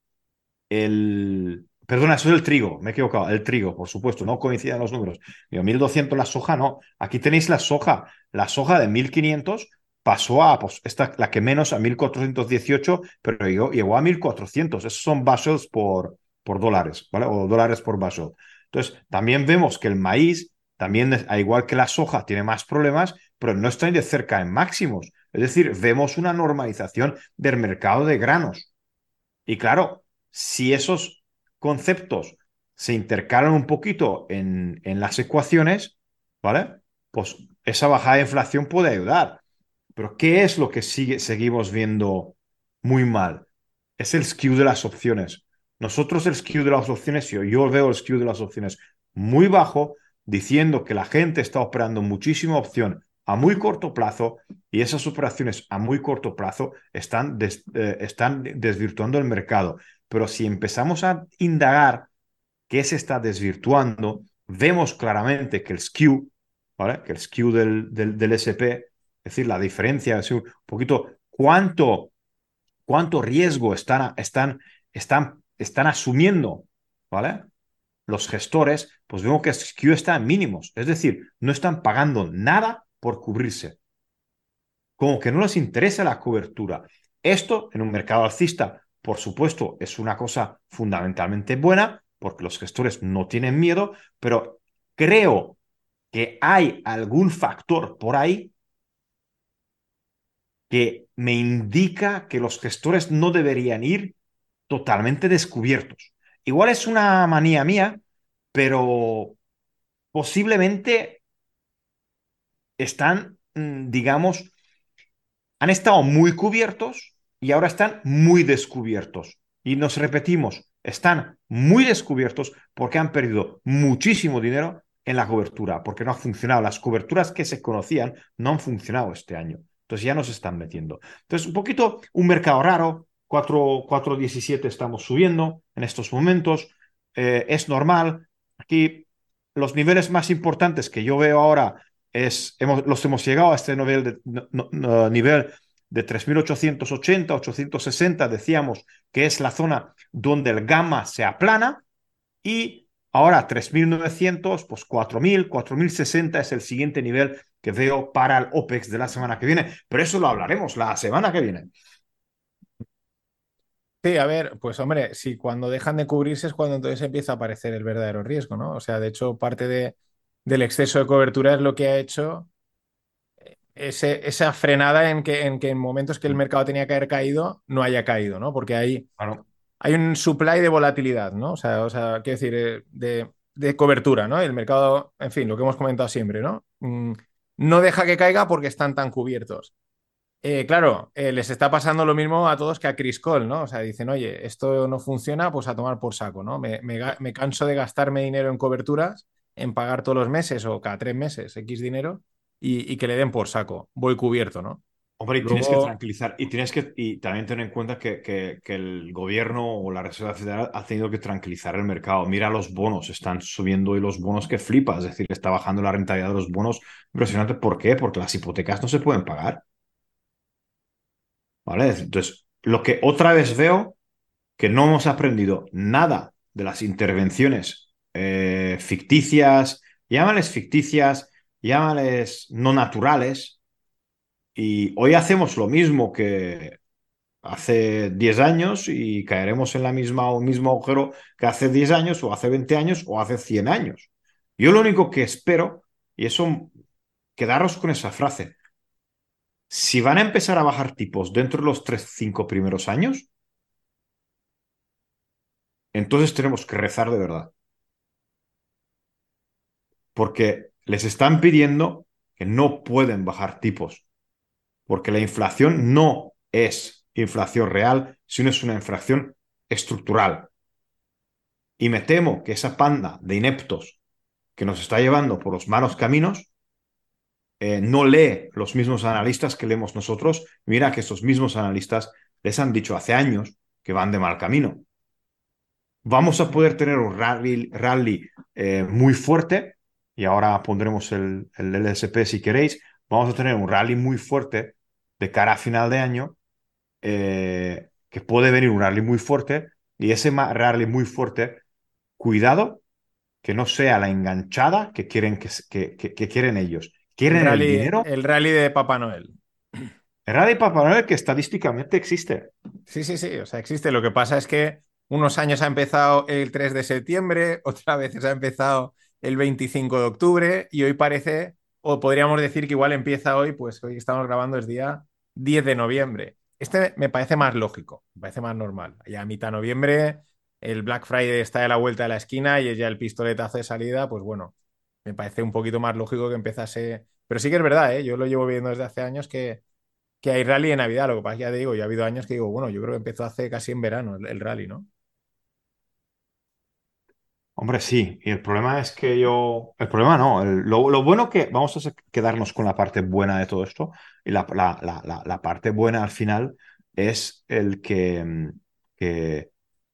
el... Perdona, eso es el trigo, me he equivocado, el trigo, por supuesto, no coinciden los números. Digo, mil doscientos la soja, no. Aquí tenéis la soja. La soja de mil quinientos pasó a, pues, esta, la que menos, a mil cuatrocientos dieciocho, pero llegó, llegó a mil cuatrocientos. Esos son bushels por, por dólares, ¿vale? O dólares por bushel. Entonces, también vemos que el maíz, también, al igual que la soja, tiene más problemas, pero no está ni de cerca en máximos. Es decir, vemos una normalización del mercado de granos. Y claro, si esos conceptos se intercalan un poquito en, en las ecuaciones, ¿vale? Pues esa bajada de inflación puede ayudar. Pero ¿qué es lo que sigue, seguimos viendo muy mal? Es el skew de las opciones. Nosotros el skew de las opciones, yo, yo veo el skew de las opciones muy bajo, diciendo que la gente está operando muchísima opción a muy corto plazo y esas operaciones a muy corto plazo están, des, eh, están desvirtuando el mercado. Pero si empezamos a indagar qué se está desvirtuando, vemos claramente que el skew, ¿vale? Que el skew del, del, del S and P, es decir, la diferencia, es un poquito cuánto, cuánto riesgo están, están, están, están asumiendo, ¿vale? Los gestores, pues vemos que el skew está en mínimos, es decir, no están pagando nada por cubrirse, como que no les interesa la cobertura. Esto en un mercado alcista, por supuesto, es una cosa fundamentalmente buena porque los gestores no tienen miedo, pero creo que hay algún factor por ahí que me indica que los gestores no deberían ir totalmente descubiertos. Igual es una manía mía, pero posiblemente están, mm, digamos, han estado muy cubiertos y ahora están muy descubiertos. Y nos repetimos, están muy descubiertos porque han perdido muchísimo dinero en la cobertura, porque no ha funcionado. Las coberturas que se conocían no han funcionado este año. Entonces ya nos están metiendo. Entonces, un poquito un mercado raro. cuatro, cuatro diecisiete estamos subiendo en estos momentos. Eh, es normal. Aquí los niveles más importantes que yo veo ahora es, hemos, los hemos llegado a este nivel de, no, no, nivel de tres mil ochocientos ochenta, ochocientos sesenta, decíamos que es la zona donde el gamma se aplana, y ahora tres mil novecientos, pues cuatro mil, cuatro mil sesenta es el siguiente nivel que veo para el OPEX de la semana que viene, pero eso lo hablaremos la semana que viene. Sí, a ver, pues hombre, si cuando dejan de cubrirse es cuando entonces empieza a aparecer el verdadero riesgo, ¿no? O sea, de hecho, parte de, del exceso de cobertura es lo que ha hecho ese- esa frenada en que, en que en momentos que el mercado tenía que haber caído, no haya caído, ¿no? Porque hay, Claro. hay un supply de volatilidad, ¿no? O sea, o sea, quiero decir, eh, de, de cobertura, ¿no? El mercado, en fin, lo que hemos comentado siempre, ¿no? Mm, no deja que caiga porque están tan cubiertos. Eh, claro, eh, les está pasando lo mismo a todos que a Chris Cole, ¿no? O sea, dicen, oye, esto no funciona, pues a tomar por saco, ¿no? Me, me ga- me canso de gastarme dinero en coberturas, en pagar todos los meses o cada tres meses X dinero y, y que le den por saco. Voy cubierto, ¿no? Hombre, y tienes que Luego, tranquilizar, y tienes que, y también tener en cuenta que, que, que el gobierno o la Reserva Federal ha tenido que tranquilizar el mercado. Mira los bonos, están subiendo hoy los bonos que flipas, es decir, está bajando la rentabilidad de los bonos impresionante. ¿Por qué? Porque las hipotecas no se pueden pagar, ¿vale? Entonces, lo que otra vez veo, que no hemos aprendido nada de las intervenciones eh, ficticias, llámales ficticias, llámales no naturales, y hoy hacemos lo mismo que hace diez años y caeremos en la misma o mismo agujero que hace diez años o hace veinte años o hace cien años. Yo lo único que espero, y eso, quedaros con esa frase, si van a empezar a bajar tipos dentro de los tres, cinco primeros años, entonces tenemos que rezar de verdad, porque les están pidiendo que no pueden bajar tipos, porque la inflación no es inflación real, sino es una inflación estructural. Y me temo que esa panda de ineptos que nos está llevando por los malos caminos eh, no lee los mismos analistas que leemos nosotros. Mira que esos mismos analistas les han dicho hace años que van de mal camino. Vamos a poder tener un rally, rally eh, muy fuerte, y ahora pondremos el, el L S P si queréis. Vamos a tener un rally muy fuerte de cara a final de año, eh, que puede venir un rally muy fuerte, y ese rally muy fuerte, cuidado que no sea la enganchada que quieren, que, que, que, que quieren ellos. El Quieren el rally, dinero. el rally de Papá Noel. El rally Papá Noel que estadísticamente existe. Sí, sí, sí, o sea, existe. Lo que pasa es que unos años ha empezado el tres de septiembre, otras veces ha empezado el veinticinco de octubre y hoy parece, o podríamos decir que igual empieza hoy, pues hoy estamos grabando es día diez de noviembre. Este me parece más lógico, me parece más normal. Ya a mitad de noviembre, el Black Friday está de la vuelta de la esquina y es ya el pistoletazo de salida, pues bueno, me parece un poquito más lógico que empezase. Pero sí que es verdad, ¿eh? Yo lo llevo viendo desde hace años que que hay rally de Navidad. Lo que pasa es que ya te digo, ya ha habido años que digo, bueno, yo creo que empezó hace casi en verano el, el rally, ¿no? Hombre, sí, y el problema es que yo, el problema no, el- lo, lo bueno que vamos a se- quedarnos con la parte buena de todo esto, y la, la, la, la, la parte buena al final es el que, mm, que,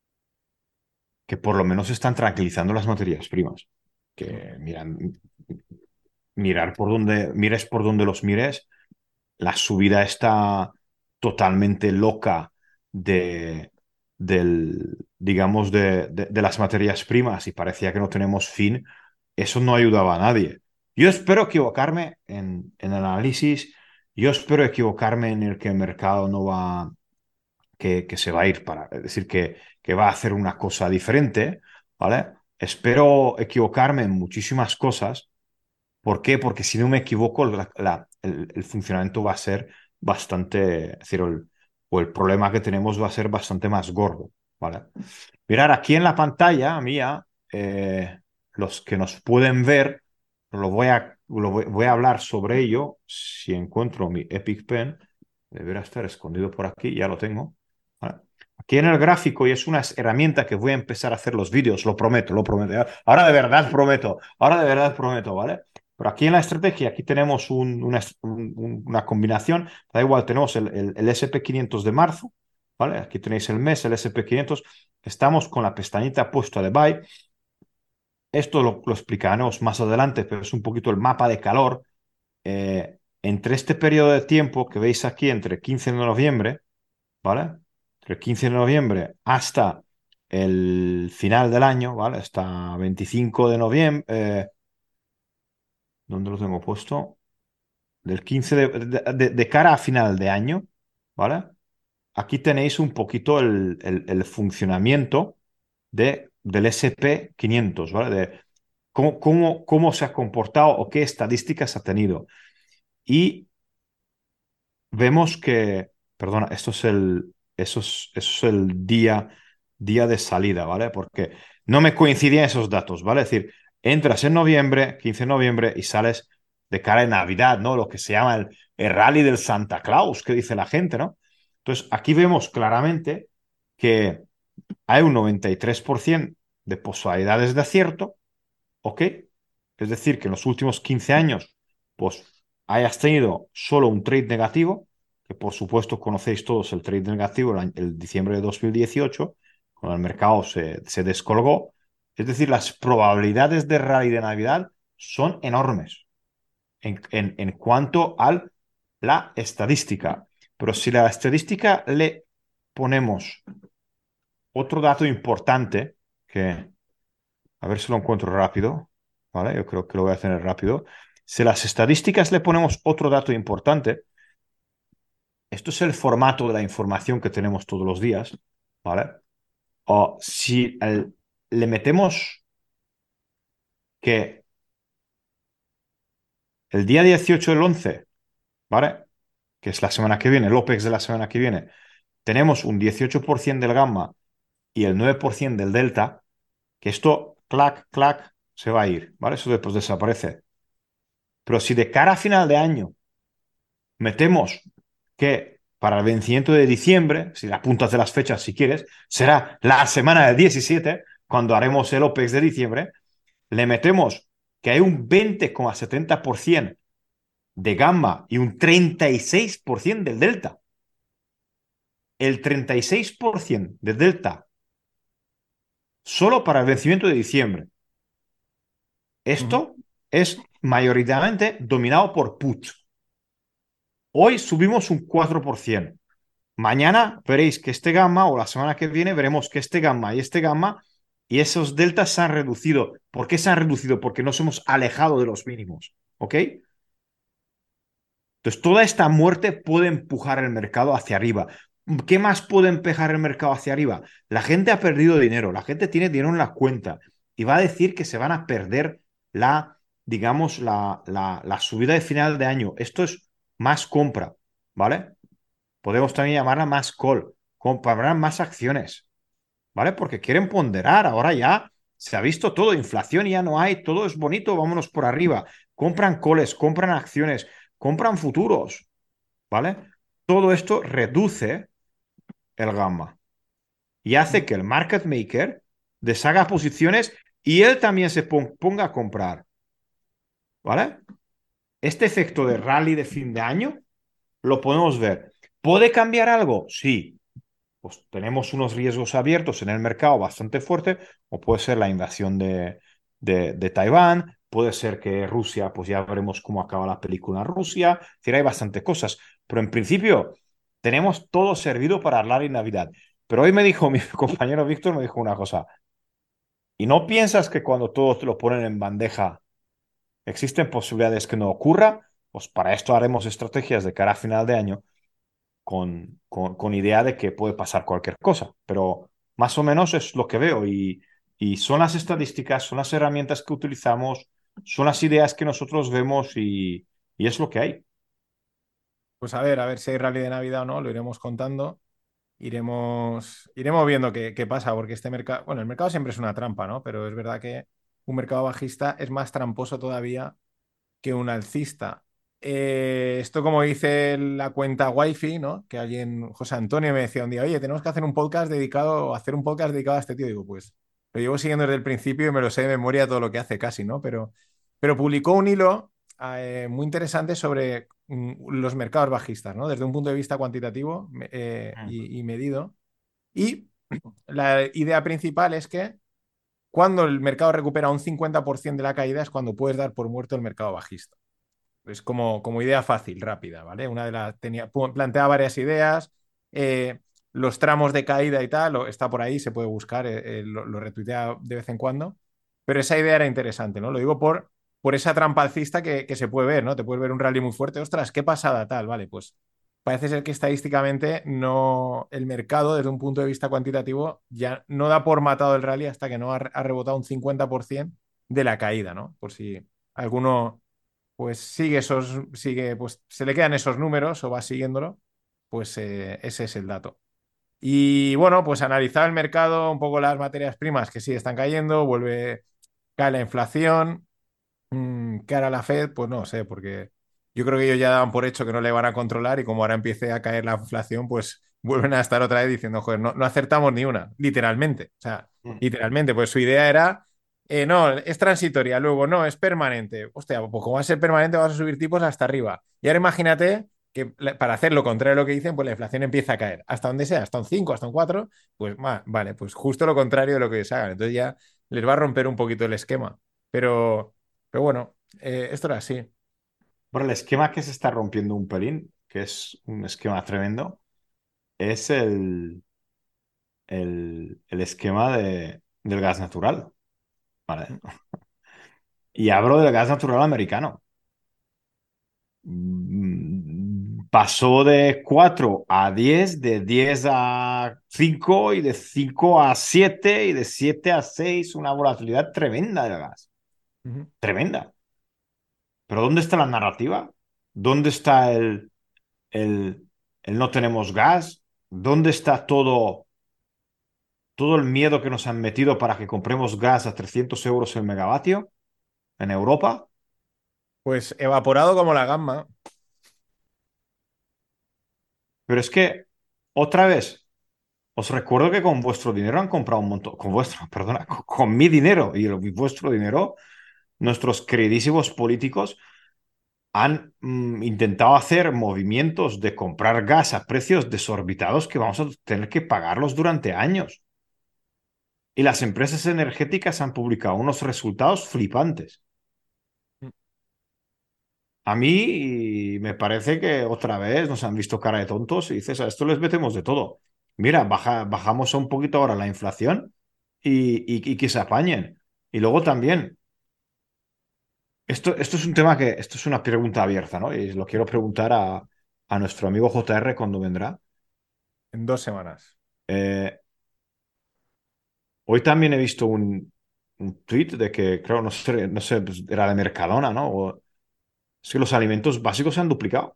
que por lo menos están tranquilizando las materias primas, que miran, mirar por donde, mires por donde los mires, la subida está totalmente loca de, del, digamos, de, de, de las materias primas y parecía que no tenemos fin, eso no ayudaba a nadie. Yo espero equivocarme en, en el análisis, yo espero equivocarme en el que el mercado no va, que, que se va a ir para, es decir, que, que va a hacer una cosa diferente, ¿vale? Espero equivocarme en muchísimas cosas. ¿Por qué? Porque si no me equivoco, la- la- el, el funcionamiento va a ser bastante, es decir, el, o el problema que tenemos va a ser bastante más gordo, ¿vale? Mirar aquí en la pantalla mía, eh, los que nos pueden ver, lo voy a, lo voy, voy a hablar sobre ello. Si encuentro mi Epic Pen, deberá estar escondido por aquí, ya lo tengo. ¿Vale? Aquí en el gráfico, y es una herramienta que voy a empezar a hacer los vídeos, lo prometo, lo prometo. Ahora de verdad prometo, ahora de verdad prometo, ¿vale? Pero aquí en la estrategia, aquí tenemos un- una, un- una combinación, da igual, tenemos el, el, el S and P quinientos de marzo, ¿vale? Aquí tenéis el mes, el S and P quinientos, estamos con la pestañita puesta de buy. Esto lo, lo explicaremos más adelante, pero es un poquito el mapa de calor. Eh, entre este periodo de tiempo que veis aquí, entre quince de noviembre, ¿vale? Entre el quince de noviembre hasta el final del año, ¿vale? Hasta veinticinco de noviembre, eh, ¿dónde lo tengo puesto? Del quince de, de- de- de cara a final de año, ¿vale? Aquí tenéis un poquito el, el- el funcionamiento de, del S and P quinientos, ¿vale? De cómo, cómo, cómo se ha comportado o qué estadísticas ha tenido. Y vemos que, perdona, esto es el, eso es, eso es el día, día de salida, ¿vale? Porque no me coincidían esos datos, ¿vale? Es decir, entras en noviembre, quince de noviembre, y sales de cara a Navidad, ¿no? Lo que se llama el, el rally del Santa Claus, que dice la gente, ¿no? Entonces, aquí vemos claramente que hay un noventa y tres por ciento de posibilidades de acierto, ¿ok? Es decir, que en los últimos quince años, pues hayas tenido solo un trade negativo, que por supuesto conocéis todos el trade negativo el, año- el diciembre de dos mil dieciocho, cuando el mercado se, se descolgó. Es decir, las probabilidades de rally de Navidad son enormes en, en, en cuanto a la estadística. Pero si la estadística le ponemos otro dato importante, que a ver si lo encuentro rápido, ¿vale? Yo creo que lo voy a tener rápido. Si las estadísticas le ponemos otro dato importante, esto es el formato de la información que tenemos todos los días, ¿vale? O si el- le metemos que el día dieciocho del once, ¿vale? Que es la semana que viene, el OPEX de la semana que viene, tenemos un dieciocho por ciento del gamma y el nueve por ciento del delta, que esto, clac, clac, se va a ir, ¿vale? Eso después desaparece. Pero si de cara a final de año metemos que para el vencimiento de diciembre, si apuntas de las fechas si quieres, será la semana del diecisiete, cuando haremos el OPEX de diciembre, le metemos que hay un veinte coma setenta por ciento de gamma y un treinta y seis por ciento del delta. El treinta y seis por ciento de delta solo para el vencimiento de diciembre. Ujú. Esto es mayoritariamente dominado por put. Hoy subimos un cuatro por ciento. Mañana veréis que este gamma, o la semana que viene veremos que este gamma y este gamma y esos deltas se han reducido. ¿Por qué se han reducido? Porque nos hemos alejado de los mínimos. ¿Ok? Entonces, toda esta muerte puede empujar el mercado hacia arriba. ¿Qué más puede empujar el mercado hacia arriba? La gente ha perdido dinero, la gente tiene dinero en la cuenta y va a decir que se van a perder la, digamos, la, la, la subida de final de año. Esto es más compra, ¿vale? Podemos también llamarla más call. Comprarán más acciones, ¿vale? Porque quieren ponderar. Ahora ya se ha visto todo. Inflación ya no hay. Todo es bonito. Vámonos por arriba. Compran calls, compran acciones, compran futuros, ¿vale? Todo esto reduce el gamma y hace que el market maker deshaga posiciones y él también se ponga a comprar, ¿vale? Este efecto de rally de fin de año lo podemos ver. ¿Puede cambiar algo? Sí. Pues tenemos unos riesgos abiertos en el mercado bastante fuerte, o puede ser la invasión de, de, de Taiwán, puede ser que Rusia, pues ya veremos cómo acaba la película Rusia, es decir, hay bastantes cosas, pero en principio tenemos todo servido para hablar en Navidad. Pero hoy me dijo mi compañero Víctor, me dijo una cosa, ¿y no piensas que cuando todos te lo ponen en bandeja existen posibilidades que no ocurra? Pues para esto haremos estrategias de cara a final de año con, con, con idea de que puede pasar cualquier cosa, pero más o menos es lo que veo y, y son las estadísticas, son las herramientas que utilizamos, son las ideas que nosotros vemos y, y es lo que hay. Pues a ver, a ver si hay rally de Navidad o no, lo iremos contando. Iremos, iremos viendo qué, qué pasa, porque este mercado, bueno, el mercado siempre es una trampa, ¿no? Pero es verdad que un mercado bajista es más tramposo todavía que un alcista. Eh, esto como dice la cuenta Wi-Fi, ¿no? Que alguien, José Antonio me decía un día, oye, tenemos que hacer un podcast dedicado, hacer un podcast dedicado a este tío. Digo, pues lo llevo siguiendo desde el principio y me lo sé de memoria todo lo que hace casi, ¿no? Pero, pero publicó un hilo eh, muy interesante sobre mm, los mercados bajistas, ¿no? Desde un punto de vista cuantitativo me- eh, y, y medido. Y la idea principal es que cuando el mercado recupera un cincuenta por ciento de la caída es cuando puedes dar por muerto el mercado bajista. Es como, como idea fácil, rápida, ¿vale? Una de las tenía, plantea varias ideas, eh, los tramos de caída y tal, lo, está por ahí, se puede buscar, eh, eh, lo, lo retuitea de vez en cuando, pero esa idea era interesante, ¿no? Lo digo por, por esa trampa alcista que, que se puede ver, ¿no? Te puedes ver un rally muy fuerte, ostras, qué pasada tal, vale, pues parece ser que estadísticamente no, el mercado desde un punto de vista cuantitativo ya no da por matado el rally hasta que no ha, ha rebotado un cincuenta por ciento de la caída, ¿no? Por si alguno pues sigue esos, sigue, pues se le quedan esos números o va siguiéndolo, pues eh, ese es el dato. Y bueno, pues analizar el mercado, un poco las materias primas que sí están cayendo, vuelve, cae la inflación, mmm, ¿qué hará la Fed? Pues no sé, porque yo creo que ellos ya daban por hecho que no le van a controlar y como ahora empiece a caer la inflación, pues vuelven a estar otra vez diciendo, joder, no, no acertamos ni una, literalmente. O sea, Mm. literalmente, pues su idea era, eh, no, es transitoria, luego no, es permanente. Hostia, pues como va a ser permanente, vas a subir tipos hasta arriba. Y ahora imagínate que la- para hacer lo contrario de lo que dicen, pues la inflación empieza a caer. Hasta donde sea, hasta un cinco hasta un cuatro pues va, vale, pues justo lo contrario de lo que se hagan. Entonces ya les va a romper un poquito el esquema. Pero, pero bueno, eh, esto era así. Bueno, el esquema que se está rompiendo un pelín, que es un esquema tremendo, es el, el, el esquema de, del gas natural, ¿vale? Y hablo del gas natural americano. Mm, pasó de cuatro a diez, de diez a cinco y de cinco a siete y de siete a seis, una volatilidad tremenda del gas, Ujú. tremenda. Pero ¿dónde está la narrativa? ¿Dónde está el, el, el no tenemos gas? ¿Dónde está todo, todo el miedo que nos han metido para que compremos gas a trescientos euros el megavatio en Europa? Pues evaporado como la gamma. Pero es que, otra vez, os recuerdo que con vuestro dinero han comprado un montón, con vuestro, perdona, con, con mi dinero y el, vuestro dinero, nuestros queridísimos políticos han mm, intentado hacer movimientos de comprar gas a precios desorbitados que vamos a tener que pagarlos durante años. Y las empresas energéticas han publicado unos resultados flipantes. a mí me parece que otra vez nos han visto cara de tontos y dices, a esto les metemos de todo. Mira, baja, bajamos un poquito ahora la inflación y, y, y que se apañen. Y luego también, esto, esto es un tema que, esto es una pregunta abierta, ¿no? Y lo quiero preguntar a, a nuestro amigo J R cuando vendrá. En dos semanas. Eh, Hoy también he visto un, un tweet de que, creo, no sé, no sé, pues, era de Mercadona, ¿no? O, es que los alimentos básicos se han duplicado,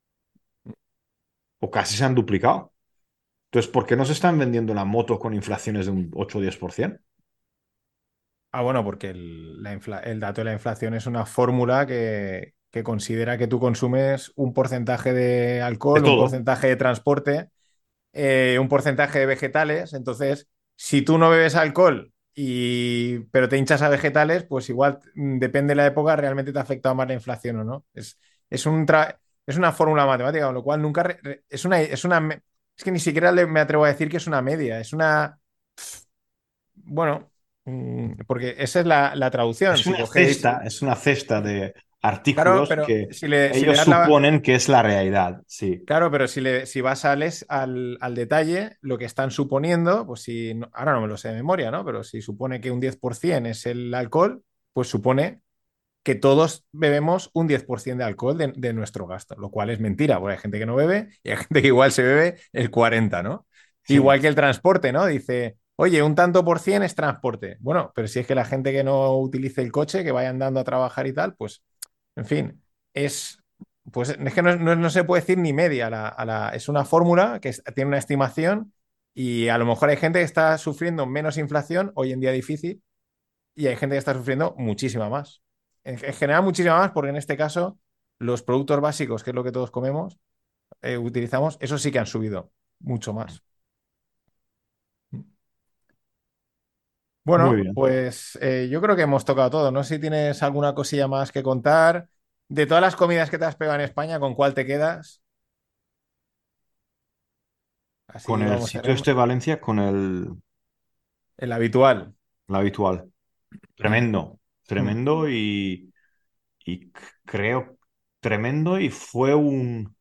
o casi se han duplicado. Entonces, ¿por qué no se están vendiendo la moto con inflaciones de un ocho o diez por ciento? Ah, bueno, porque el, la infla- el dato de la inflación es una fórmula que, que considera que tú consumes un porcentaje de De alcohol, un todo. porcentaje de transporte, eh, un porcentaje de vegetales. Entonces, si tú no bebes alcohol y, pero te hinchas a vegetales, pues igual, mm, depende de la época, realmente te ha afectado más la inflación o no. Es, es un tra- es una fórmula matemática, con lo cual nunca re- re- es una, es una, me- es que ni siquiera le- me atrevo a decir que es una media, es una, bueno, mm, porque esa es la, la traducción. Es Si una cogéis, cesta, es una cesta de claro, artículos pero que si le, si le ellos das la, suponen que es la realidad. Sí, claro, pero si, le, si vas al, es- al, al detalle, lo que están suponiendo, pues si, no- ahora no me lo sé de memoria, ¿no? Pero si supone que un diez por ciento es el alcohol, pues supone que todos bebemos un diez por ciento de alcohol de, de nuestro gasto, lo cual es mentira, porque hay gente que no bebe y hay gente que igual se bebe el cuarenta, ¿no? sí, Igual que el transporte, ¿no? Dice, oye, un tanto por cien es transporte. Bueno, pero si es que la gente que no utilice el coche, que vaya andando a trabajar y tal, pues, en fin, es, pues es que no, no- no se puede decir ni media, a la- a la- es una fórmula que es- tiene una estimación y a lo mejor hay gente que está sufriendo menos inflación, hoy en día difícil, y hay gente que está sufriendo muchísima más. En, en general, muchísima más, porque en este caso, los productos básicos, que es lo que todos comemos, eh, utilizamos, eso sí que han subido mucho más. muy Bueno, bien. pues eh, yo creo que hemos tocado todo. No sé si tienes alguna cosilla más que contar. De todas las comidas que te has pegado en España, ¿con cuál te quedas? Con Así el vamos sitio cerrando. este de Valencia, con el, El habitual. el habitual. Mm, Tremendo, mm, tremendo y, y c- creo tremendo y fue un,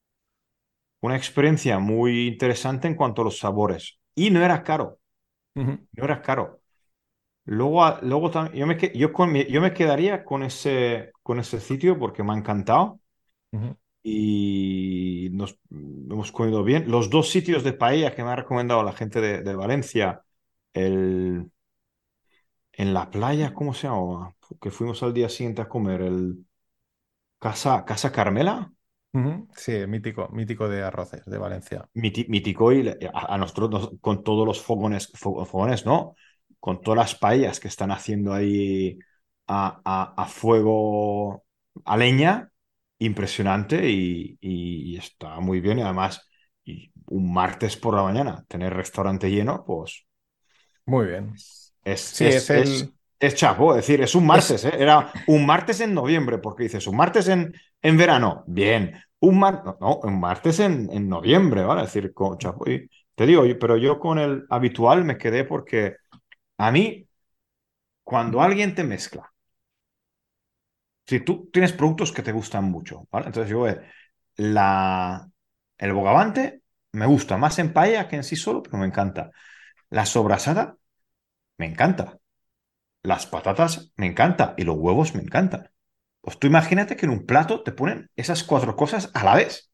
una experiencia muy interesante en cuanto a los sabores. Y no era caro, ujú, no era caro. Luego, a- luego también, yo me, que- yo, con mi- yo me quedaría con ese, con ese sitio porque me ha encantado ujú, y nos hemos comido bien. Los dos sitios de paella que me ha recomendado la gente de, de Valencia, el, en la playa, ¿cómo se llama? Que fuimos al día siguiente a comer, el Casa, Casa Carmela. ujú. Sí, mítico, mítico de arroces de Valencia. Miti- Mítico y le- a, a nosotros nos- con todos los fogones, fo- fogones, ¿no? Con todas las paellas que están haciendo ahí a, a- a fuego, a leña, impresionante y, y- y está muy bien. Y además, y un martes por la mañana, tener restaurante lleno, pues Muy bien. es, Sí, es es, es, el. es chapo, es decir, es un Es, martes, ¿eh? Era un martes en noviembre, porque dices, un martes en, en verano, bien, un mar... no, no, un martes en, en noviembre, ¿vale? Es decir, con chapo. Y te digo, yo- pero yo con el habitual me quedé porque a mí, cuando alguien te mezcla, si tú tienes productos que te gustan mucho, ¿vale? Entonces yo, eh, la, el bogavante me gusta más en paella que en sí solo, pero me encanta. La sobrasada me encanta. Las patatas me encanta y los huevos me encantan. Pues tú imagínate que en un plato te ponen esas cuatro cosas a la vez.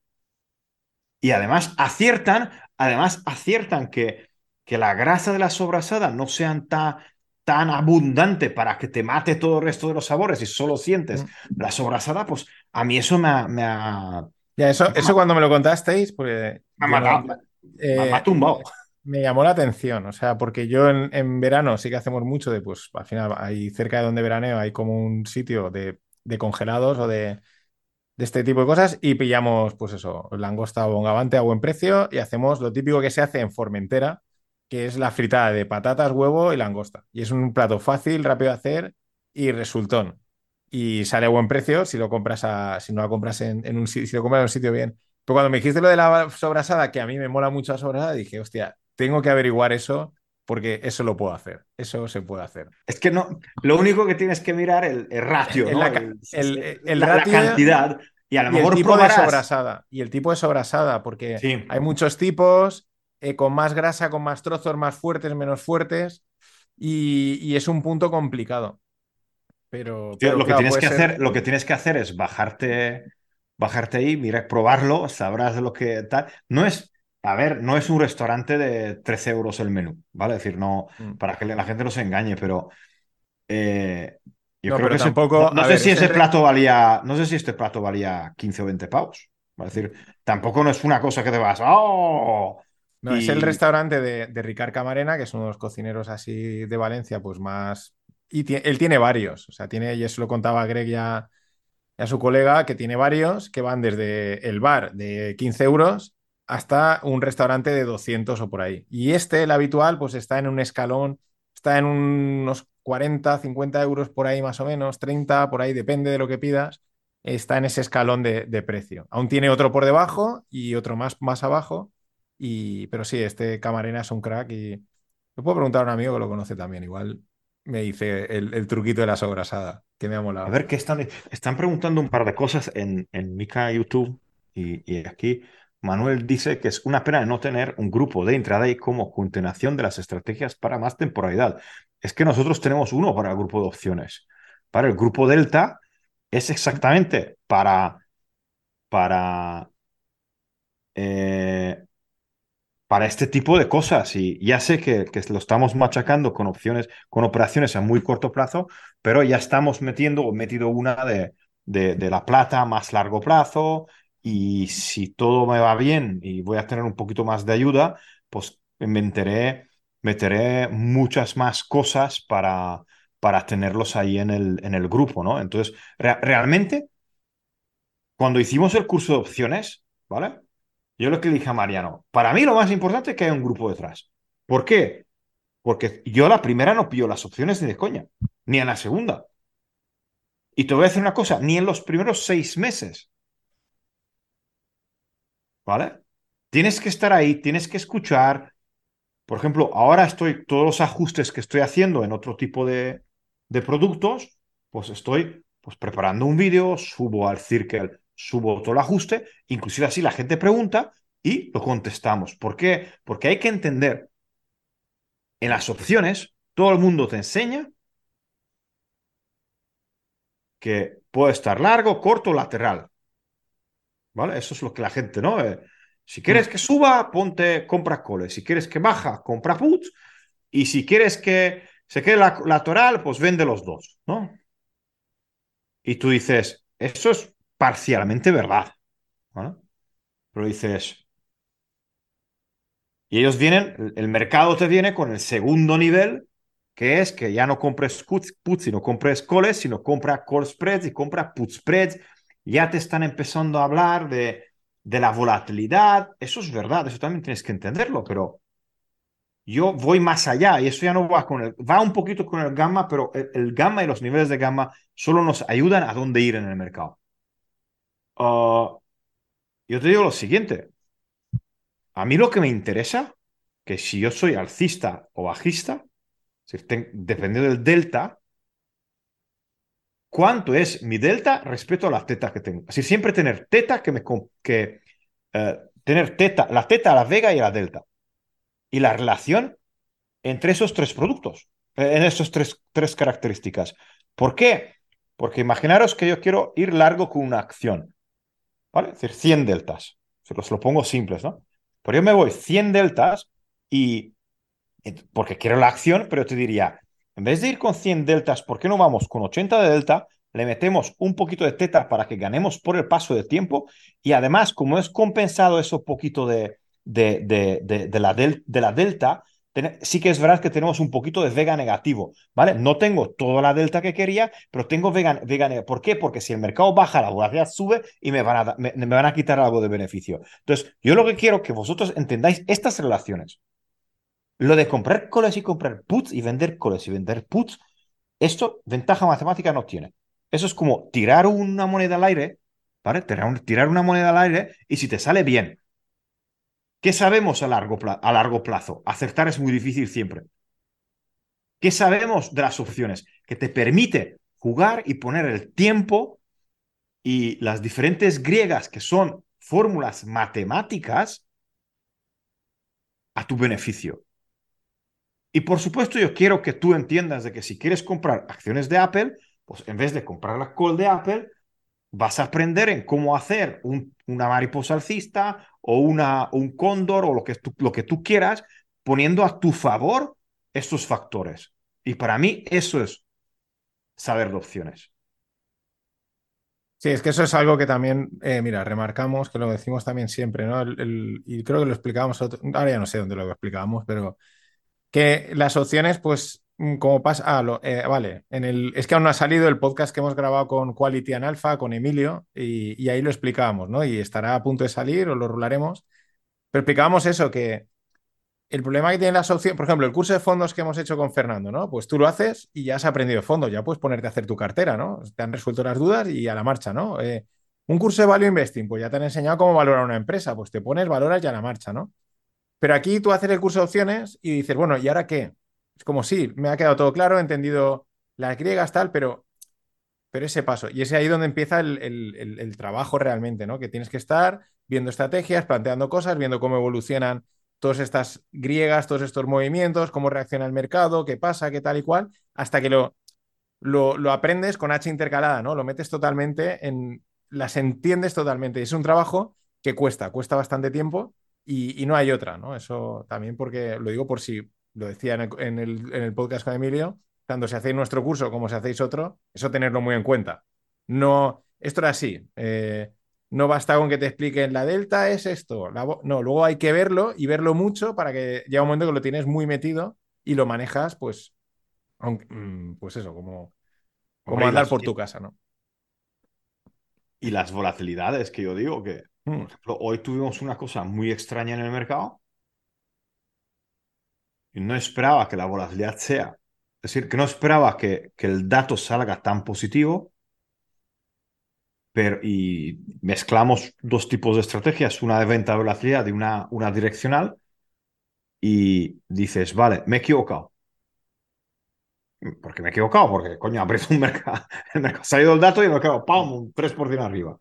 Y además aciertan, además aciertan que, que la grasa de la sobrasada no sean tan, tan abundante para que te mate todo el resto de los sabores y solo sientes la sobrasada, pues a mí eso me ha, me ha, ya, eso, me eso ha- cuando me lo contasteis, pues me ha yo no. matado, me, me- me ha eh, tumbado. Me llamó la atención, o sea, porque yo en, en verano sí que hacemos mucho de, pues al final, ahí cerca de donde veraneo hay como un sitio de, de congelados o de, de este tipo de cosas y pillamos, pues eso, langosta o bongavante a buen precio y hacemos lo típico que se hace en Formentera, que es la fritada de patatas, huevo y langosta. Y es un plato fácil, rápido de hacer y resultón. Y sale a buen precio si lo compras a, si no lo compras en, en un sitio, si lo compras en un sitio bien. Pero cuando me dijiste lo de la sobrasada, que a mí me mola mucho la sobrasada, dije, hostia, tengo que averiguar eso porque eso lo puedo hacer, eso se puede hacer. Es que no, lo único que tienes que mirar el, el ratio, Es ¿no? la ca- El, el, el la, la ratio cantidad. Y a lo y el mejor tipo de probarás. sobrasada. Y el tipo de sobrasada, porque Sí, hay muchos tipos, eh, con más grasa, con más trozos, más fuertes, menos fuertes, y, y es un punto complicado. Pero, tío, pero lo que claro, tienes puede que ser. hacer, lo que tienes que hacer es bajarte, bajarte ahí, mira, probarlo, sabrás de lo que tal. No es, a ver, no es un restaurante de trece euros el menú, ¿vale? Es decir, no, Mm. para que la gente no se engañe, pero eh, yo No, creo pero que ese, no, tampoco, no a sé ver, si es el, ese re- plato valía, no sé si este plato valía quince o veinte pavos. Es decir, tampoco no es una cosa que te vas, ¡oh! no, es el Y restaurante de, de Ricard Camarena, que es uno de los cocineros así de Valencia, pues más. Y tie- él tiene varios, o sea, tiene, y eso lo contaba Greg ya, y a su colega, que tiene varios que van desde el bar de quince euros hasta un restaurante de doscientos o por ahí. Y este, el habitual, pues está en un escalón, está en unos cuarenta cincuenta euros por ahí más o menos, treinta por ahí, depende de lo que pidas, está en ese escalón de, de precio. Aún tiene otro por debajo y otro más, más abajo, y, pero sí, este Camarena es un crack y le puedo preguntar a un amigo que lo conoce también, igual me dice el, el truquito de la sobrasada, que me ha a molado. ver qué están, están preguntando un par de cosas en, en mi canal YouTube y, y aquí Manuel dice que es una pena no tener un grupo de entrada y como continuación de las estrategias para más temporalidad. Es que nosotros tenemos uno para el grupo de opciones. Para el grupo Delta es exactamente para, para eh, para este tipo de cosas. Y ya sé que, que lo estamos machacando con opciones, con operaciones a muy corto plazo, pero ya estamos metiendo o metido una de, de, de la plata a más largo plazo. Y si todo me va bien y voy a tener un poquito más de ayuda, pues meteré, meteré muchas más cosas para, para tenerlos ahí en el, en el grupo, ¿no? Entonces, re- realmente, cuando hicimos el curso de opciones, ¿vale? Yo lo que le dije a Mariano, para mí lo más importante es que haya un grupo detrás. ¿Por qué? Porque yo a la primera no pillo las opciones ni de coña, ni a la segunda. Y te voy a decir una cosa, ni en los primeros seis meses, ¿vale? Tienes que estar ahí, tienes que escuchar. Por ejemplo, ahora estoy, todos los ajustes que estoy haciendo en otro tipo de, de productos, pues estoy pues, preparando un vídeo, subo al Circle, subo todo el ajuste, inclusive así la gente pregunta y lo contestamos. ¿Por qué? Porque hay que entender. En las opciones, todo el mundo te enseña que puede estar largo, corto o lateral. ¿Vale? Eso es lo que la gente, ¿no? Eh, si quieres Mm. que suba, ponte, compra coles. Si quieres que baja, compra puts. Y si quieres que se quede la, lateral, pues vende los dos, ¿no? Y tú dices, eso es parcialmente verdad, ¿vale? Pero dices, y ellos vienen, el, el mercado te viene con el segundo nivel, que es que ya no compres puts, puts sino compres calls, sino compra call spreads y compra put spreads. Ya te están empezando a hablar de, de la volatilidad. Eso es verdad, eso también tienes que entenderlo, pero yo voy más allá y eso ya no va con el, va un poquito con el gamma, pero el, el gamma y los niveles de gamma solo nos ayudan a dónde ir en el mercado. Uh, yo te digo lo siguiente, a mí lo que me interesa, que si yo soy alcista o bajista, si ten- dependiendo del delta, ¿cuánto es mi delta respecto a la teta que tengo? Así siempre tener teta que me com- que eh, tener teta, la teta, la vega y la delta. Y la relación entre esos tres productos, eh, en esas tres, tres características. ¿Por qué? Porque imaginaros que yo quiero ir largo con una acción, ¿vale? Es decir, cien deltas. Se los lo pongo simples, ¿no? Pero yo me voy cien deltas y porque quiero la acción, pero te diría, en vez de ir con cien deltas, ¿por qué no vamos con ochenta de delta? Le metemos un poquito de teta para que ganemos por el paso de tiempo y además, como es compensado eso poquito de, de, de, de, de la, del, de la delta, ten, sí que es verdad que tenemos un poquito de vega negativo, ¿vale? No tengo toda la delta que quería, pero tengo vega, vega negativo. ¿Por qué? Porque si el mercado baja, la volatilidad sube y me van, a, me, me van a quitar algo de beneficio. Entonces, yo lo que quiero que vosotros entendáis estas relaciones. Lo de comprar coles y comprar puts y vender coles y vender puts, esto ventaja matemática no tiene. Eso es como tirar una moneda al aire, ¿vale? Tirar, tirar una moneda al aire y si te sale bien, ¿qué sabemos a largo, pla- a largo plazo? Acertar es muy difícil siempre. ¿Qué sabemos de las opciones? Que te permite jugar y poner el tiempo y las diferentes griegas, que son fórmulas matemáticas, a tu beneficio. Y por supuesto, yo quiero que tú entiendas de que si quieres comprar acciones de Apple, pues en vez de comprar la call de Apple, vas a aprender en cómo hacer un, una mariposa alcista o una, un cóndor o lo que, tú, lo que tú quieras, poniendo a tu favor estos factores. Y para mí eso es saber de opciones. Sí, es que eso es algo que también, eh, mira, remarcamos, que lo decimos también siempre, ¿no? El- el- y creo que lo explicábamos, otro- ahora ya no sé dónde lo explicábamos, pero que las opciones, pues, mm, como pasa, ah, lo- eh, vale, en el, es que aún no ha salido el podcast que hemos grabado con Quality and Alpha, con Emilio, y, y ahí lo explicábamos, ¿no? Y estará a punto de salir o lo rularemos, pero explicábamos eso, que el problema que tienen las opciones, por ejemplo, el curso de fondos que hemos hecho con Fernando, ¿no? Pues tú lo haces y ya has aprendido fondos, ya puedes ponerte a hacer tu cartera, ¿no? Te han resuelto las dudas y a la marcha, ¿no? Eh, un curso de Value Investing, pues ya te han enseñado cómo valorar una empresa, pues te pones, valoras y a la marcha, ¿no? Pero aquí tú haces el curso de opciones y dices, bueno, ¿y ahora qué? Es como, sí, me ha quedado todo claro, he entendido las griegas, tal, pero, pero ese paso. Y es ahí donde empieza el, el- el- el trabajo realmente, ¿no? Que tienes que estar viendo estrategias, planteando cosas, viendo cómo evolucionan todas estas griegas, todos estos movimientos, cómo reacciona el mercado, qué pasa, qué tal y cual, hasta que lo, lo, lo aprendes con H intercalada, ¿no? Lo metes totalmente en, las entiendes totalmente. Y es un trabajo que cuesta, cuesta bastante tiempo y, y no hay otra, ¿no? Eso también porque, lo digo por si lo decía en el, en el, en el podcast con Emilio, tanto si hacéis nuestro curso como si hacéis otro, eso tenerlo muy en cuenta. No, esto era así. Eh, no basta con que te expliquen la delta es esto. La no, luego hay que verlo y verlo mucho para que llegue un momento que lo tienes muy metido y lo manejas, pues, aunque, mm, pues eso, como, como Hombre, y andar las, por tu casa, ¿no? y las volatilidades que yo digo que, por Mm, ejemplo, hoy tuvimos una cosa muy extraña en el mercado y no esperaba que la volatilidad sea, es decir, que no esperaba que, que el dato salga tan positivo, pero y mezclamos dos tipos de estrategias, una de venta de volatilidad y una, una direccional, y dices, vale, me he equivocado. ¿Por qué me he equivocado? Porque, coño, ha abierto un mercado, el mercado ha salido el dato y el mercado, ¡pam!, un tres por ciento arriba.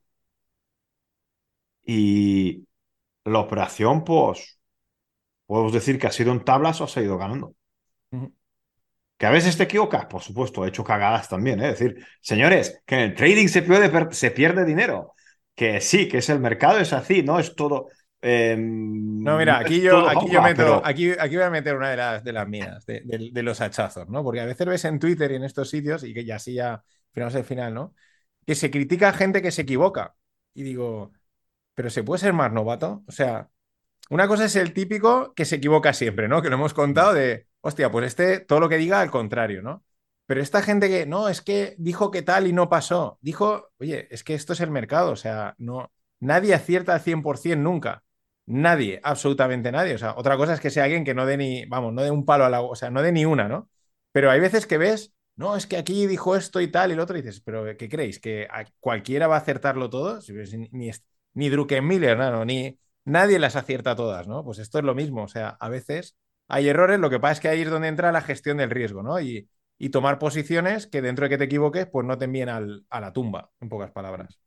Y la operación, pues, podemos decir que ha sido en tablas o ha ido ganando. mm. Que a veces te equivocas, por supuesto, he hecho cagadas también, ¿eh? Es decir, señores, que en el trading se pierde, per- se pierde dinero. Que sí, que es el mercado, es así, no es todo, eh, No, no mira, aquí es yo, todo aquí yo jauja, meto, pero aquí, aquí voy a meter una de las, de las mías, de, de- de los hachazos, ¿no? Porque a veces ves en Twitter y en estos sitios, y que ya así ya, final es el final, ¿no? Que se critica a gente que se equivoca. Y digo, ¿pero se puede ser más novato? O sea, una cosa es el típico que se equivoca siempre, ¿no? Que lo hemos contado de, hostia, pues este, todo lo que diga al contrario, ¿no? Pero esta gente que, no, es que dijo que tal y no pasó. Dijo, oye, es que esto es el mercado, o sea, no, nadie acierta al cien por ciento nunca. Nadie, absolutamente nadie. O sea, otra cosa es que sea alguien que no dé ni, vamos, no dé un palo a la, o sea, no dé ni una, ¿no? Pero hay veces que ves, no, es que aquí dijo esto y tal y lo otro, y dices, pero ¿qué creéis? ¿Que a cualquiera va a acertarlo todo? Si ves, Ni, ni, ni Druckenmiller, no, no, ni, nadie las acierta todas, ¿no? Pues esto es lo mismo, o sea, a veces hay errores, lo que pasa es que ahí es donde entra la gestión del riesgo, ¿no? Y, y tomar posiciones que dentro de que te equivoques, pues no te envíen al, a la tumba, en pocas palabras.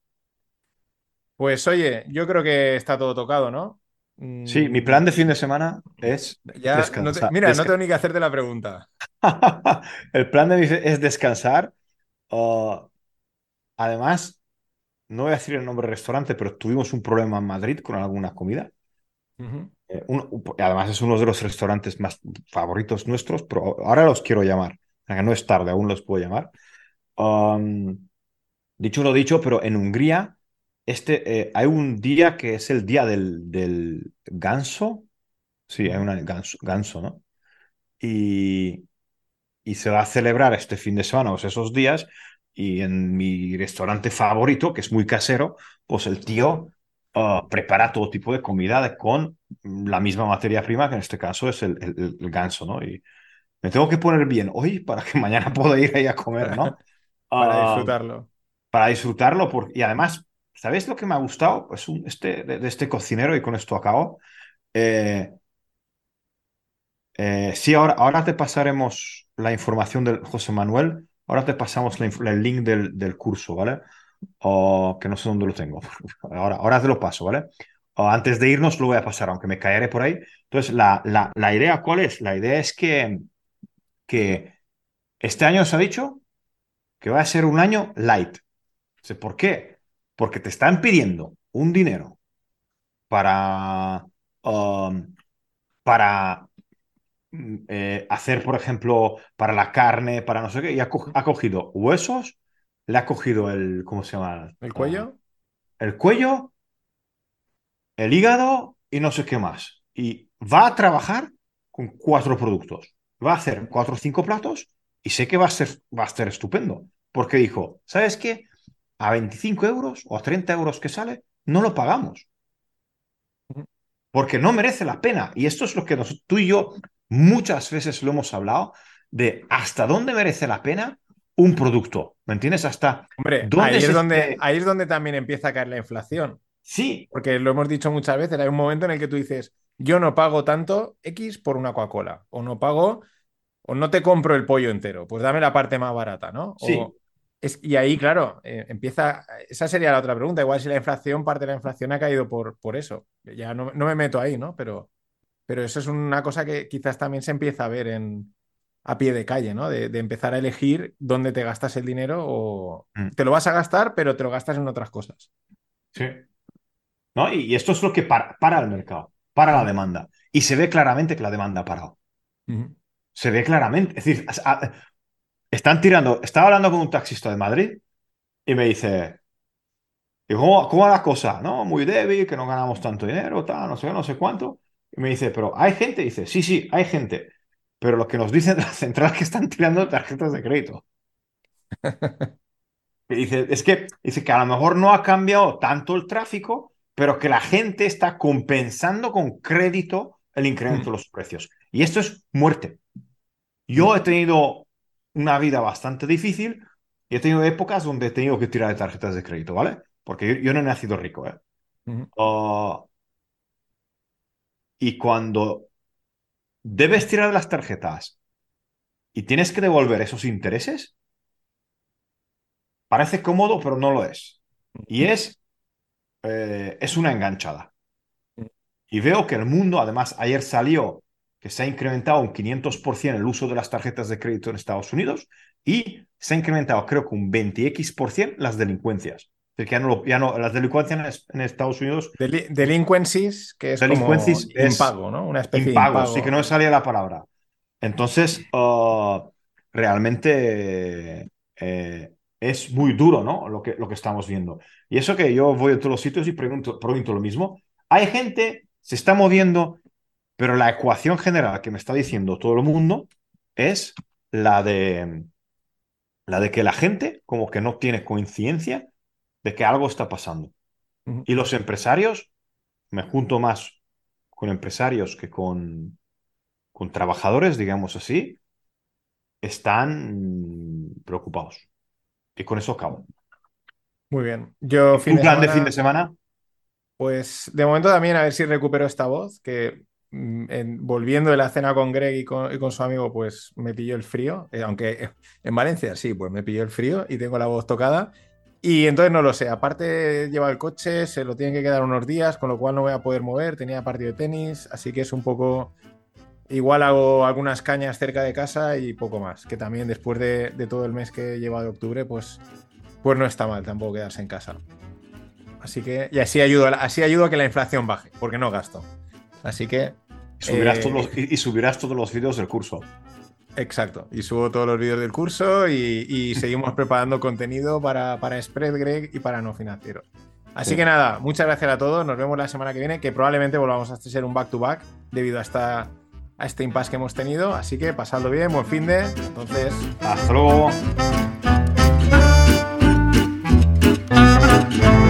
Pues oye, yo creo que está todo tocado, ¿no? sí, mi Mm, plan de fin de semana es ya, no te- descansar. mira, no desca- tengo ni que hacerte la pregunta. El plan de mi es descansar. Uh, además, no voy a decir el nombre del restaurante, pero tuvimos un problema en Madrid con alguna comida. Ujú, Eh, uno- además, es uno de los restaurantes más favoritos nuestros, pero ahora los quiero llamar. O sea, no es tarde, aún los puedo llamar. Um, dicho lo dicho, pero en Hungría este, eh, hay un día que es el día del, del ganso. Sí, hay ujú. un ganso, ganso, ¿no? Y, y se va a celebrar este fin de semana, o sea, esos días, y en mi restaurante favorito, que es muy casero, pues el tío ah, prepara todo tipo de comida de- con la misma materia prima, que en este caso es el, el- el ganso, ¿no? Y me tengo que poner bien hoy para que mañana pueda ir ahí a comer, ¿no? Para Ah, disfrutarlo. para disfrutarlo, porque, y además, ¿sabéis lo que me ha gustado? Pues un, este, de, de este cocinero, y con esto acabo. Eh, Eh, sí, ahora, ahora te pasaremos la información del José Manuel. Ahora te pasamos la inf- el link del, del curso, ¿vale? O que no sé dónde lo tengo. Ahora, ahora te lo paso, ¿vale? O antes de irnos lo voy a pasar, aunque me caeré por ahí. Entonces, la, la, la idea, ¿cuál es? La idea es que, que este año se ha dicho que va a ser un año light. Sé ¿Por qué? Porque te están pidiendo un dinero para, um, para mm, eh, hacer, por ejemplo, para la carne, para no sé qué, y ha, co- ha cogido huesos, le ha cogido el, ¿cómo se llama? ¿El Ah, cuello? el cuello, el hígado y no sé qué más. Y va a trabajar con cuatro productos. Va a hacer cuatro o cinco platos y sé que va a ser, va a ser estupendo. Porque dijo, ¿sabes qué? A veinticinco euros o a treinta euros que sale, no lo pagamos. Ujú. Porque no merece la pena. Y esto es lo que nos- tú y yo muchas veces lo hemos hablado, de hasta dónde merece la pena un producto. ¿Me entiendes? Hasta Hombre, dónde ahí es se... donde, eh, ahí es donde también empieza a caer la inflación. sí, Porque lo hemos dicho muchas veces, hay un momento en el que tú dices, yo no pago tanto X por una Coca-Cola, o no pago, o no te compro el pollo entero, pues dame la parte más barata, ¿no? sí, O es, y ahí, claro, eh, empieza, esa sería la otra pregunta, igual si la inflación, parte de la inflación ha caído por, por eso, ya no, no me meto ahí, ¿no? Pero, pero eso es una cosa que quizás también se empieza a ver en, a pie de calle, ¿no? De, de empezar a elegir dónde te gastas el dinero o mm, te lo vas a gastar, pero te lo gastas en otras cosas. sí. ¿No? Y, y esto es lo que para, para el mercado, para la Ujú, demanda. Y se ve claramente que la demanda ha parado. ujú. Se ve claramente. Es decir, a- a- están tirando. Estaba hablando con un taxista de Madrid y me dice, ¿y cómo, cómo va la cosa? No, muy débil, que no ganamos tanto dinero, tal, no sé, qué, no sé cuánto. Y me dice, pero hay gente, dice, sí, sí, hay gente. Pero lo que nos dicen de la central es que están tirando tarjetas de crédito. Y dice, es que, dice que a lo mejor no ha cambiado tanto el tráfico, pero que la gente está compensando con crédito el incremento de los precios. Y esto es muerte. Yo he tenido una vida bastante difícil y he tenido épocas donde he tenido que tirar de tarjetas de crédito, ¿vale? Porque yo, yo no he nacido rico, ¿eh? Ujú. Ah, y cuando debes tirar de las tarjetas y tienes que devolver esos intereses, parece cómodo, pero no lo es. Y es, eh, es una enganchada. Y veo que el mundo, además, ayer salió que se ha incrementado un quinientos por ciento el uso de las tarjetas de crédito en Estados Unidos y se ha incrementado, creo que un veinte equis por ciento las delincuencias. Es decir, que ya no, lo- ya no, las delincuencias en, es- en Estados Unidos, Deli- delinquencies, que es como delincuencias es impago, ¿no? Una especie de impago, sí que no me impago. salía la palabra. Entonces, ah, realmente eh, es muy duro, ¿no? Lo que, lo que estamos viendo. Y eso que yo voy a todos los sitios y pregunto, pregunto lo mismo. Hay gente, se está moviendo, pero la ecuación general que me está diciendo todo el mundo es la de, la de que la gente como que no tiene coincidencia de que algo está pasando. Ujú. Y los empresarios, me junto más con empresarios que con, con trabajadores, digamos así, están preocupados. Y con eso acabo. Muy bien. Yo ¿Y fin tu de plan de fin semana, de semana? pues de momento también a ver si recupero esta voz, que mm, en- volviendo de la cena con Greg y con, y con su amigo, pues me pilló el frío, eh, aunque en Valencia sí, pues me pilló el frío y tengo la voz tocada. Y entonces no lo sé, aparte lleva el coche, se lo tienen que quedar unos días, con lo cual no voy a poder mover, tenía partido de tenis, así que es un poco. Igual hago algunas cañas cerca de casa y poco más, que también después de, de todo el mes que he llevado de octubre, pues, pues no está mal tampoco quedarse en casa. Así que, y así ayudo, a la- así ayudo a que la inflación baje, porque no gasto. Así que, Y subirás todos eh, los, y, y subirás todos los vídeos del curso. exacto. Y subo todos los vídeos del curso y, y seguimos preparando contenido para, para Spread, Greg y para no financieros. Así que Sí. nada, muchas gracias a todos. Nos vemos la semana que viene, que probablemente volvamos a ser un back-to-back debido a, esta, a este impasse que hemos tenido. Así que pasadlo bien, buen fin de. Entonces, Hasta luego.